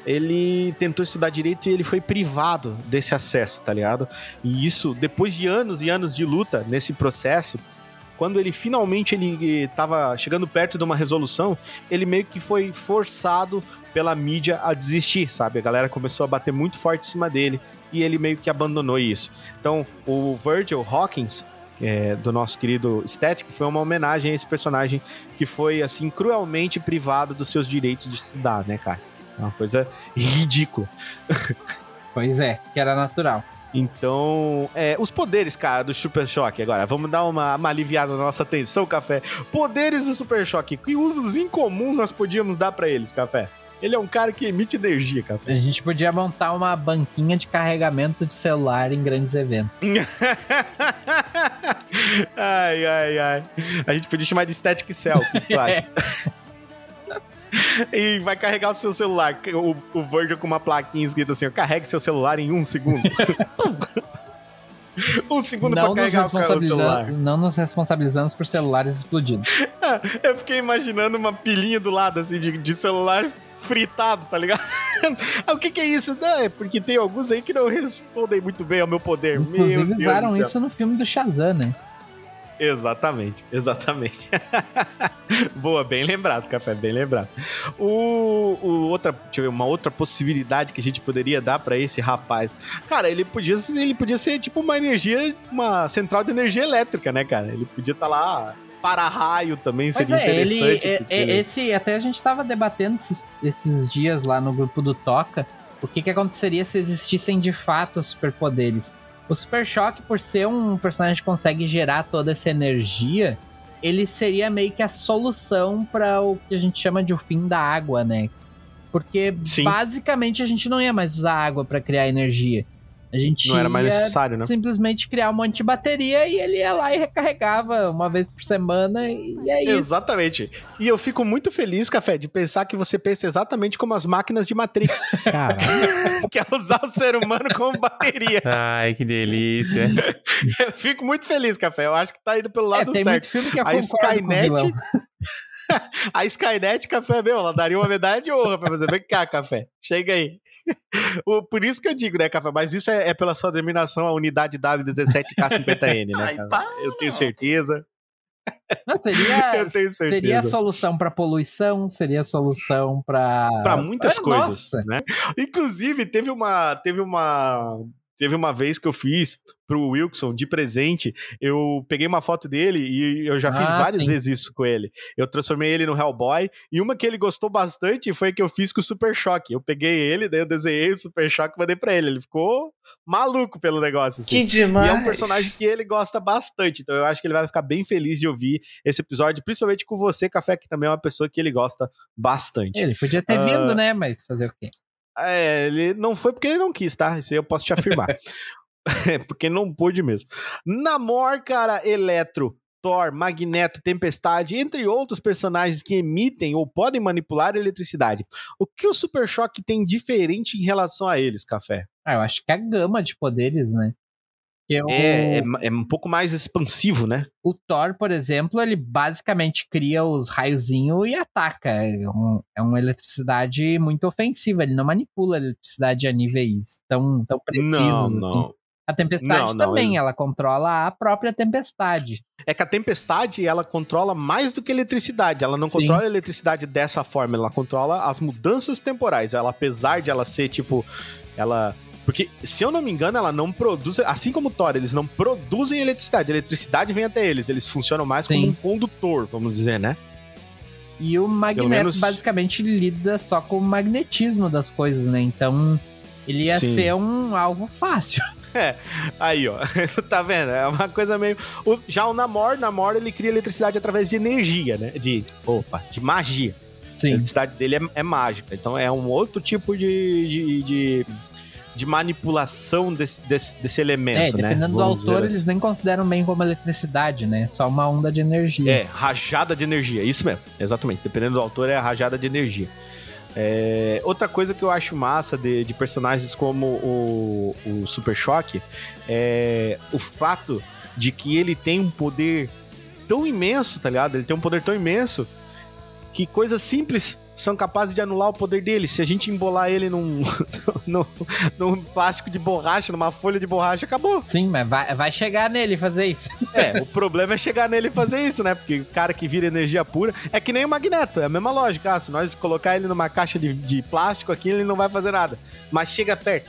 ele tentou estudar direito e ele foi privado desse acesso, tá ligado? E isso, depois de anos e anos de luta nesse processo, quando ele finalmente ele tava chegando perto de uma resolução, ele meio que foi forçado pela mídia a desistir, sabe? A galera começou a bater muito forte em cima dele e ele meio que abandonou isso. Então, o Virgil Hawkins, é, do nosso querido Static, foi uma homenagem a esse personagem que foi, assim, cruelmente privado dos seus direitos de estudar, né, cara? É uma coisa ridícula. Pois é, que era natural. Então, é, os poderes, cara, do Super Choque agora. Vamos dar uma, uma aliviada na nossa atenção, Café. Poderes do Super Choque. Que usos incomuns nós podíamos dar pra eles, Café? Ele é um cara que emite energia, Café. A gente podia montar uma banquinha de carregamento de celular em grandes eventos. Ai, ai, ai. A gente podia chamar de Static Cell, o que tu acha? E vai carregar o seu celular. O, o Virgil com uma plaquinha escrita assim: carregue seu celular em um segundo. Um segundo Não pra nos, carregar o ca- o celular. responsabiliza- não nos responsabilizamos por celulares explodidos. Eu fiquei imaginando uma pilhinha do lado, assim, de, de celular fritado, tá ligado? Ah, o que que é isso? Não, é porque tem alguns aí que não respondem muito bem ao meu poder. Inclusive Meu Deus usaram do céu. isso no filme do Shazam, né? Exatamente, exatamente. Boa, bem lembrado, Café, bem lembrado. O, o outra, deixa eu ver, uma outra possibilidade que a gente poderia dar pra esse rapaz. Cara, ele podia, ele podia ser tipo uma energia, uma central de energia elétrica, né, cara? Ele podia estar lá, para-raio também, seria é, interessante. Ele, é, ele... Esse, até a gente tava debatendo esses, esses dias lá no grupo do Toca, o que que aconteceria se existissem de fato os superpoderes. O Super Choque, por ser um personagem que consegue gerar toda essa energia, ele seria meio que a solução para o que a gente chama de o fim da água, né? Porque Sim. basicamente a gente não ia mais usar água para criar energia. A gente não ia era mais necessário, né? simplesmente criar um monte de bateria e ele ia lá e recarregava uma vez por semana e é isso. Exatamente. E eu fico muito feliz, Café, de pensar que você pensa exatamente como as máquinas de Matrix. Que é usar o ser humano como bateria. Ai, que delícia. Eu fico muito feliz, Café. Eu acho que tá indo pelo lado é, tem certo. Muito filme que eu a Skynet... A Skynet, Café, meu, ela daria uma medalha de honra pra você. Vem cá, Café. Chega aí. Por isso que eu digo, né, Café? Mas isso é, é pela sua denominação, a unidade W dezessete K cinquenta N, né? Ai, eu tenho certeza. Não, seria, eu tenho certeza. Seria a solução pra poluição, seria a solução pra... Pra muitas ah, coisas, nossa. né? Inclusive, teve uma... Teve uma... Teve uma vez que eu fiz pro Wilson de presente, eu peguei uma foto dele e eu já fiz ah, várias sim. vezes isso com ele. Eu transformei ele no Hellboy e uma que ele gostou bastante foi que eu fiz com o Super Choque. Eu peguei ele, daí eu desenhei o Super Choque e mandei pra ele. Ele ficou maluco pelo negócio. Assim. Que demais! E é um personagem que ele gosta bastante, então eu acho que ele vai ficar bem feliz de ouvir esse episódio, principalmente com você, Café, que também é uma pessoa que ele gosta bastante. Ele podia ter uh... vindo, né? Mas fazer o quê? É, ele não foi porque ele não quis, tá? Isso aí eu posso te afirmar. É, porque não pôde mesmo. Namor, cara, Eletro, Thor, Magneto, Tempestade, entre outros personagens que emitem ou podem manipular a eletricidade. O que o Super Choque tem diferente em relação a eles, Café? Ah, eu acho que a gama de poderes, né? Que o... é, é, é um pouco mais expansivo, né? O Thor, por exemplo, ele basicamente cria os raiozinhos e ataca. É, um, é uma eletricidade muito ofensiva. Ele não manipula a eletricidade a níveis tão, tão precisos não, assim. não. A Tempestade não, não, também, ele... ela controla a própria Tempestade. É que a Tempestade, ela controla mais do que a eletricidade. Ela não Sim. controla a eletricidade dessa forma, ela controla as mudanças temporais. Ela, apesar de ela ser, tipo... ela... Porque, se eu não me engano, ela não produz... Assim como o Thor, eles não produzem eletricidade. A eletricidade vem até eles. Eles funcionam mais Sim. como um condutor, vamos dizer, né? E o Magneto, menos... basicamente, lida só com o magnetismo das coisas, né? Então, ele ia Sim. ser um alvo fácil. É, aí, ó. Tá vendo? É uma coisa meio... O, já o Namor, Namor, ele cria eletricidade através de energia, né? De... Opa, de magia. Sim. A eletricidade dele é, é mágica. Então, é um outro tipo de... de, de... de manipulação desse, desse, desse elemento, né? É, né? dependendo do autor, assim. Eles nem consideram bem como eletricidade, né? Só uma onda de energia. É, rajada de energia, isso mesmo, exatamente. Dependendo do autor, é a rajada de energia. É, outra coisa que eu acho massa de, de personagens como o, o Super Choque é o fato de que ele tem um poder tão imenso, tá ligado? Ele tem um poder tão imenso que coisas simples são capazes de anular o poder dele. Se a gente embolar ele num, num, num plástico de borracha, numa folha de borracha, acabou. Sim, mas vai, vai chegar nele fazer isso. É, o problema é chegar nele e fazer isso, né? Porque o cara que vira energia pura é que nem o Magneto, é a mesma lógica. Ah, se nós colocar ele numa caixa de, de plástico aqui, ele não vai fazer nada. Mas chega perto.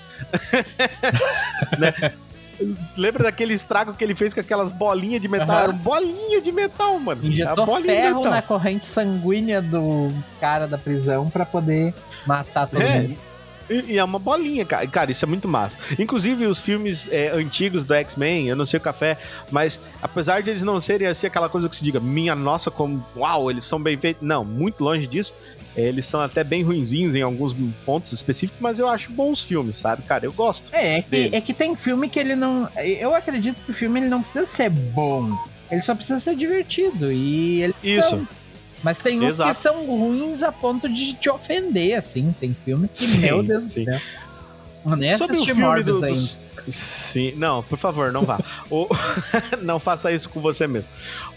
Né? Lembra daquele estrago que ele fez com aquelas bolinhas de metal? Uhum. Era bolinha de metal, mano. Injetou ferro na corrente sanguínea do cara da prisão pra poder matar todo é. mundo. E é uma bolinha, cara. Cara, isso é muito massa. Inclusive, os filmes é, antigos do X-Men, eu não sei o Café, mas apesar de eles não serem assim aquela coisa que se diga, minha nossa, como, uau, eles são bem feitos. Não, muito longe disso. Eles são até bem ruinzinhos em alguns pontos específicos, mas eu acho bons filmes, sabe, cara? Eu gosto. É, é que, é que tem filme que ele não... Eu acredito que o filme ele não precisa ser bom. Ele só precisa ser divertido. E ele Isso. São... Mas tem uns Exato. que são ruins a ponto de te ofender, assim. Tem filme que, sim, meu Deus sim. do céu. Eu nem Sobre assisti o filme Morbius do, ainda. dos... Sim, não, por favor, não vá. o... Não faça isso com você mesmo.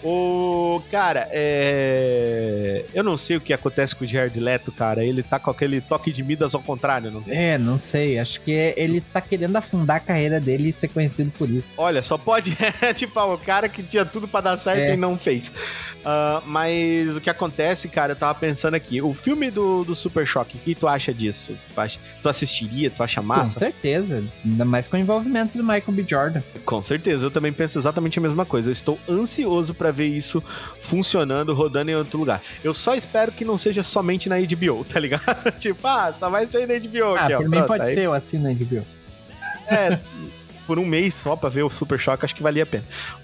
O cara, é... eu não sei o que acontece com o Jared Leto, cara. Ele tá com aquele toque de Midas ao contrário, não tem? É, não sei. Acho que ele tá querendo afundar a carreira dele e ser conhecido por isso. Olha, só pode... tipo, o cara que tinha tudo pra dar certo É. e não fez. Uh, mas o que acontece, cara, eu tava pensando aqui. O filme do, do Super Choque, o que tu acha disso? Tu, acha... tu assistiria? Tu acha massa? Com certeza. Ainda mais com o envolvimento do Michael B. Jordan. Com certeza, eu também penso exatamente a mesma coisa. Eu estou ansioso pra ver isso funcionando, rodando em outro lugar. Eu só espero que não seja somente na H B O, tá ligado? Tipo, ah, só vai ser na H B O Ah, aqui, ó. por mim Pronto, pode aí- ser, eu assino a H B O. É, por um mês só pra ver o Super Choque, acho que valia a pena.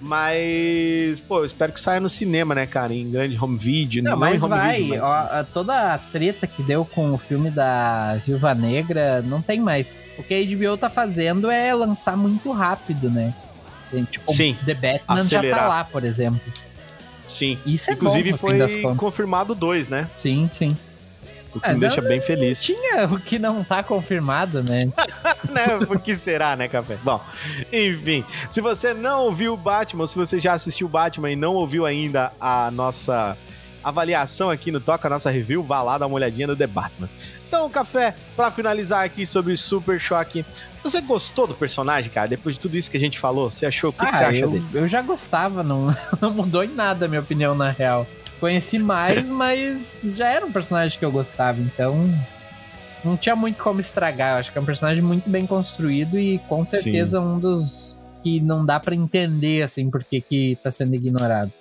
Mas, pô, eu espero que saia no cinema, né, cara? Em grande home video. Não, não mas em home vai. video, mas- Ó, a- toda a treta que deu com o filme da Viúva Negra não tem mais. O que a H B O tá fazendo é lançar muito rápido, né? Tem, tipo, Sim, The Batman já acelerar. tá lá, por exemplo. Sim. Isso é Inclusive bom, no fim das foi contas. confirmado dois, né? Sim, sim. O que Ah, me deixa não- bem feliz. Tinha o que não tá confirmado, né? Né? Por que será, né, Café? Bom, enfim. Se você não ouviu o Batman, se você já assistiu o Batman e não ouviu ainda a nossa avaliação aqui no Toca, a nossa review, vá lá dar uma olhadinha no The Batman. Então, Café, pra finalizar aqui sobre Super Choque, você gostou do personagem, cara? Depois de tudo isso que a gente falou, você achou? O que, ah, que você acha eu, dele? eu já gostava, não, não mudou em nada a minha opinião, na real. Conheci mais, mas já era um personagem que eu gostava, então não tinha muito como estragar. Eu acho que é um personagem muito bem construído e com certeza um dos que não dá pra entender, assim, por que que tá sendo ignorado.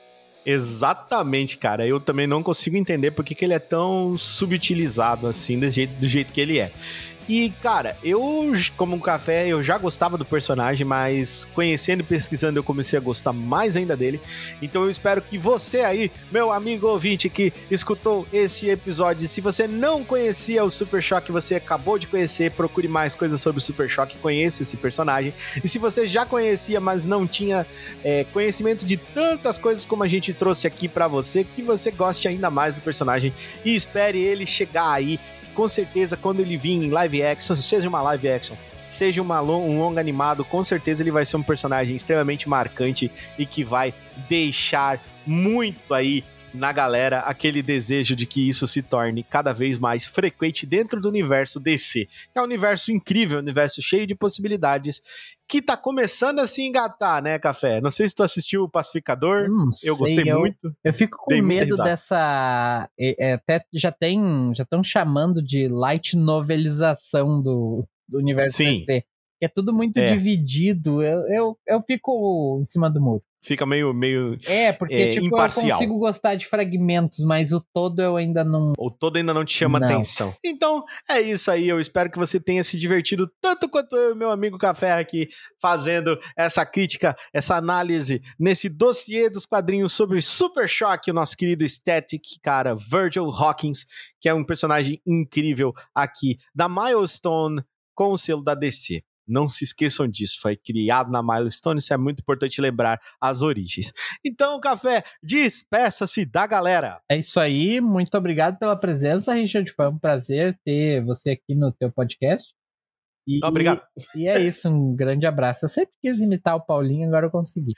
Exatamente, cara. Eu também não consigo entender por que, que ele é tão subutilizado assim, do jeito, do jeito que ele é. E, cara, eu, como um café, eu já gostava do personagem, mas conhecendo e pesquisando eu comecei a gostar mais ainda dele. Então eu espero que você aí, meu amigo ouvinte que escutou este episódio, se você não conhecia o Super Choque, você acabou de conhecer, procure mais coisas sobre o Super Choque, conheça esse personagem. E se você já conhecia, mas não tinha é, conhecimento de tantas coisas como a gente trouxe aqui pra você, que você goste ainda mais do personagem e espere ele chegar aí. Com certeza, quando ele vir em live action, seja uma live action, seja uma long, um longa animado, com certeza ele vai ser um personagem extremamente marcante e que vai deixar muito aí na galera aquele desejo de que isso se torne cada vez mais frequente dentro do universo D C. É um universo incrível, um universo cheio de possibilidades, que tá começando a se engatar, né, Café? Não sei se tu assistiu o Pacificador, Hum, eu gostei sei, eu, muito. Eu fico com Dei muita medo risada. dessa... é, é, até já tem... Já estão chamando de light novelização do, do universo Sim. D C. Que é tudo muito É. dividido. Eu, eu, eu fico em cima do muro. Fica meio, meio... É, porque É, tipo, imparcial. eu consigo gostar de fragmentos, mas o todo eu ainda não... ou todo ainda não te chama Não. atenção. Então, é isso aí. Eu espero que você tenha se divertido tanto quanto eu e meu amigo Café aqui, fazendo essa crítica, essa análise nesse dossiê dos quadrinhos sobre Super Choque, o nosso querido Static, cara, Virgil Hawkins, que é um personagem incrível aqui da Milestone com o selo da D C. Não se esqueçam disso, foi criado na Milestone, isso é muito importante lembrar as origens. Então, Café, despeça-se da galera. É isso aí, muito obrigado pela presença, Richard. Foi um prazer ter você aqui no teu podcast. E, Obrigado. E, e é isso, um grande abraço. Eu sempre quis imitar o Paulinho, agora eu consegui.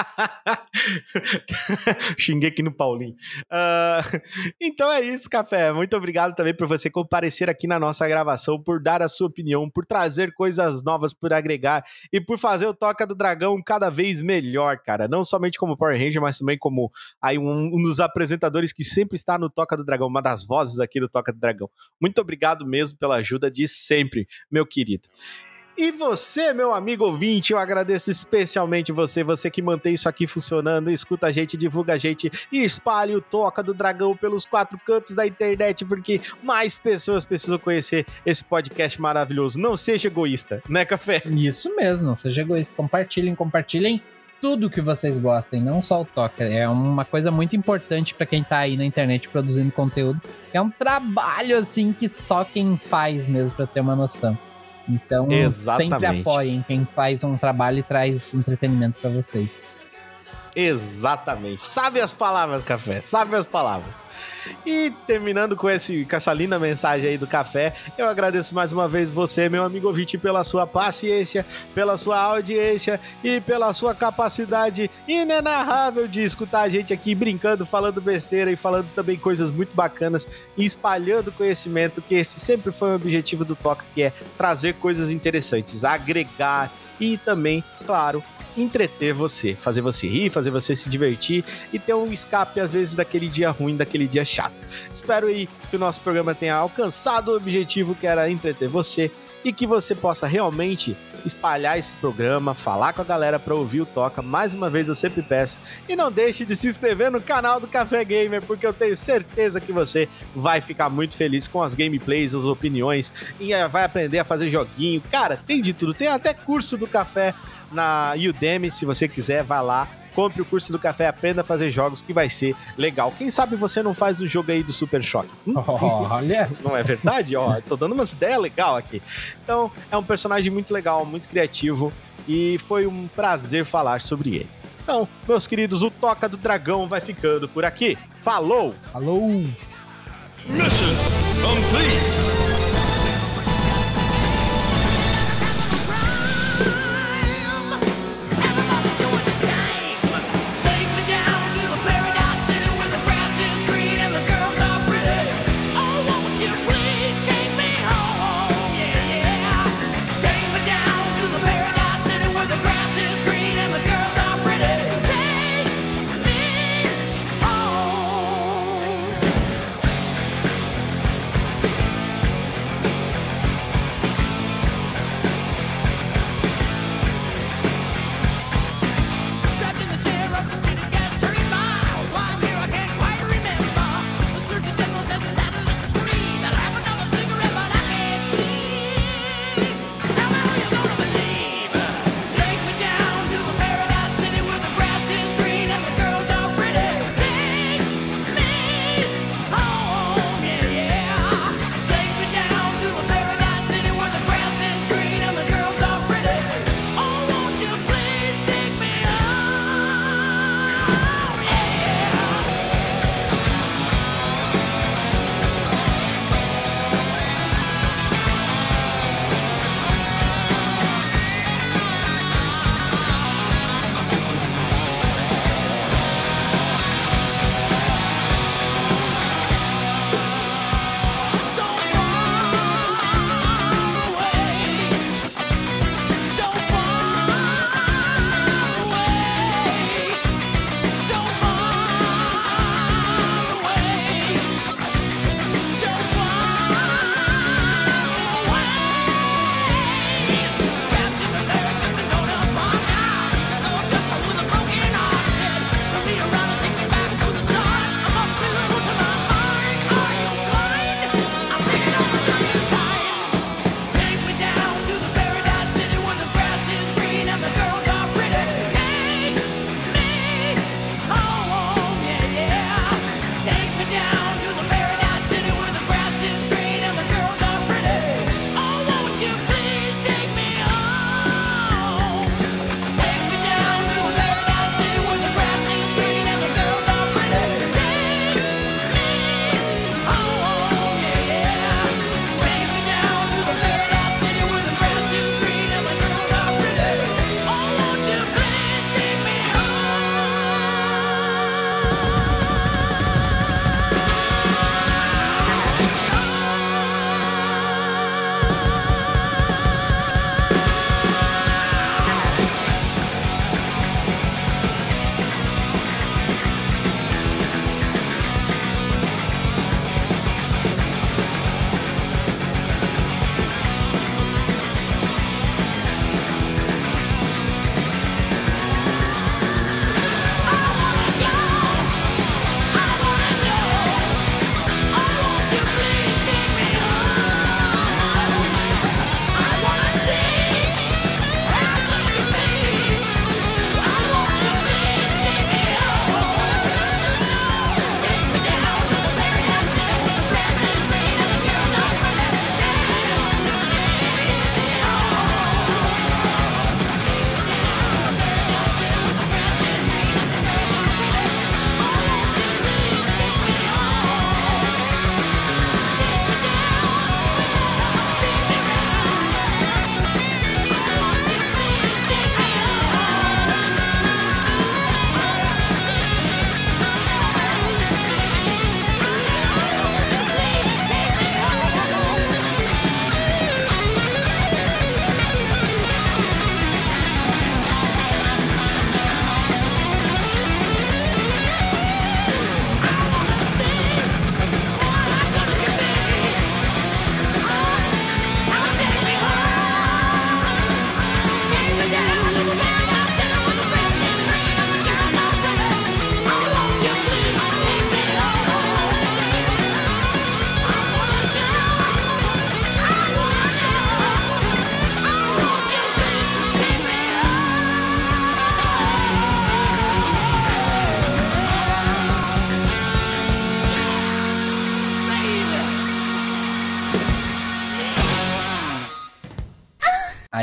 Xinguei aqui no Paulinho. Ah, então é isso, Café. Muito obrigado também por você comparecer aqui na nossa gravação, por dar a sua opinião, por trazer coisas novas, por agregar e por fazer o Toca do Dragão cada vez melhor, cara. Não somente como Power Ranger, mas também como aí um, um dos apresentadores que sempre está no Toca do Dragão, uma das vozes aqui do Toca do Dragão. Muito obrigado mesmo pela ajuda de sempre, meu querido. E você, meu amigo ouvinte, eu agradeço especialmente você, você que mantém isso aqui funcionando, escuta a gente, divulga a gente e espalhe o Toca do Dragão pelos quatro cantos da internet, porque mais pessoas precisam conhecer esse podcast maravilhoso. Não seja egoísta, né, Café? Isso mesmo, não seja egoísta. Compartilhem, compartilhem tudo que vocês gostem, não só o Toca. É uma coisa muito importante pra quem tá aí na internet produzindo conteúdo. É um trabalho, assim, que só quem faz mesmo, pra ter uma noção. Então, Exatamente. sempre apoiem quem faz um trabalho e traz entretenimento pra vocês. Exatamente. Sabe as palavras, Café, sabe as palavras. E terminando com, esse, com essa linda mensagem aí do café, eu agradeço mais uma vez você, meu amigo ouvinte, pela sua paciência, pela sua audiência e pela sua capacidade inenarrável de escutar a gente aqui brincando, falando besteira e falando também coisas muito bacanas e espalhando conhecimento, que esse sempre foi o objetivo do Toca, que é trazer coisas interessantes, agregar e também, claro, entreter você, fazer você rir, fazer você se divertir e ter um escape, às vezes, daquele dia ruim, daquele dia chato. Espero aí que o nosso programa tenha alcançado o objetivo, que era entreter você, e que você possa realmente espalhar esse programa, falar com a galera pra ouvir o Toca. Mais uma vez eu sempre peço, e não deixe de se inscrever no canal do Café Gamer, porque eu tenho certeza que você vai ficar muito feliz com as gameplays, as opiniões, e vai aprender a fazer joguinho. Cara, tem de tudo, tem até curso do Café na Udemy, se você quiser, vá lá, compre o curso do Café, aprenda a fazer jogos, que vai ser legal. Quem sabe você não faz um jogo aí do Super Choque? Hum? Olha! Não é verdade? Ó, tô dando umas ideias legais aqui. Então, é um personagem muito legal, muito criativo, e foi um prazer falar sobre ele. Então, meus queridos, o Toca do Dragão vai ficando por aqui. Falou! Falou! Mission complete!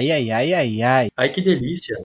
Ai, ai, ai, ai, ai. Ai, que delícia.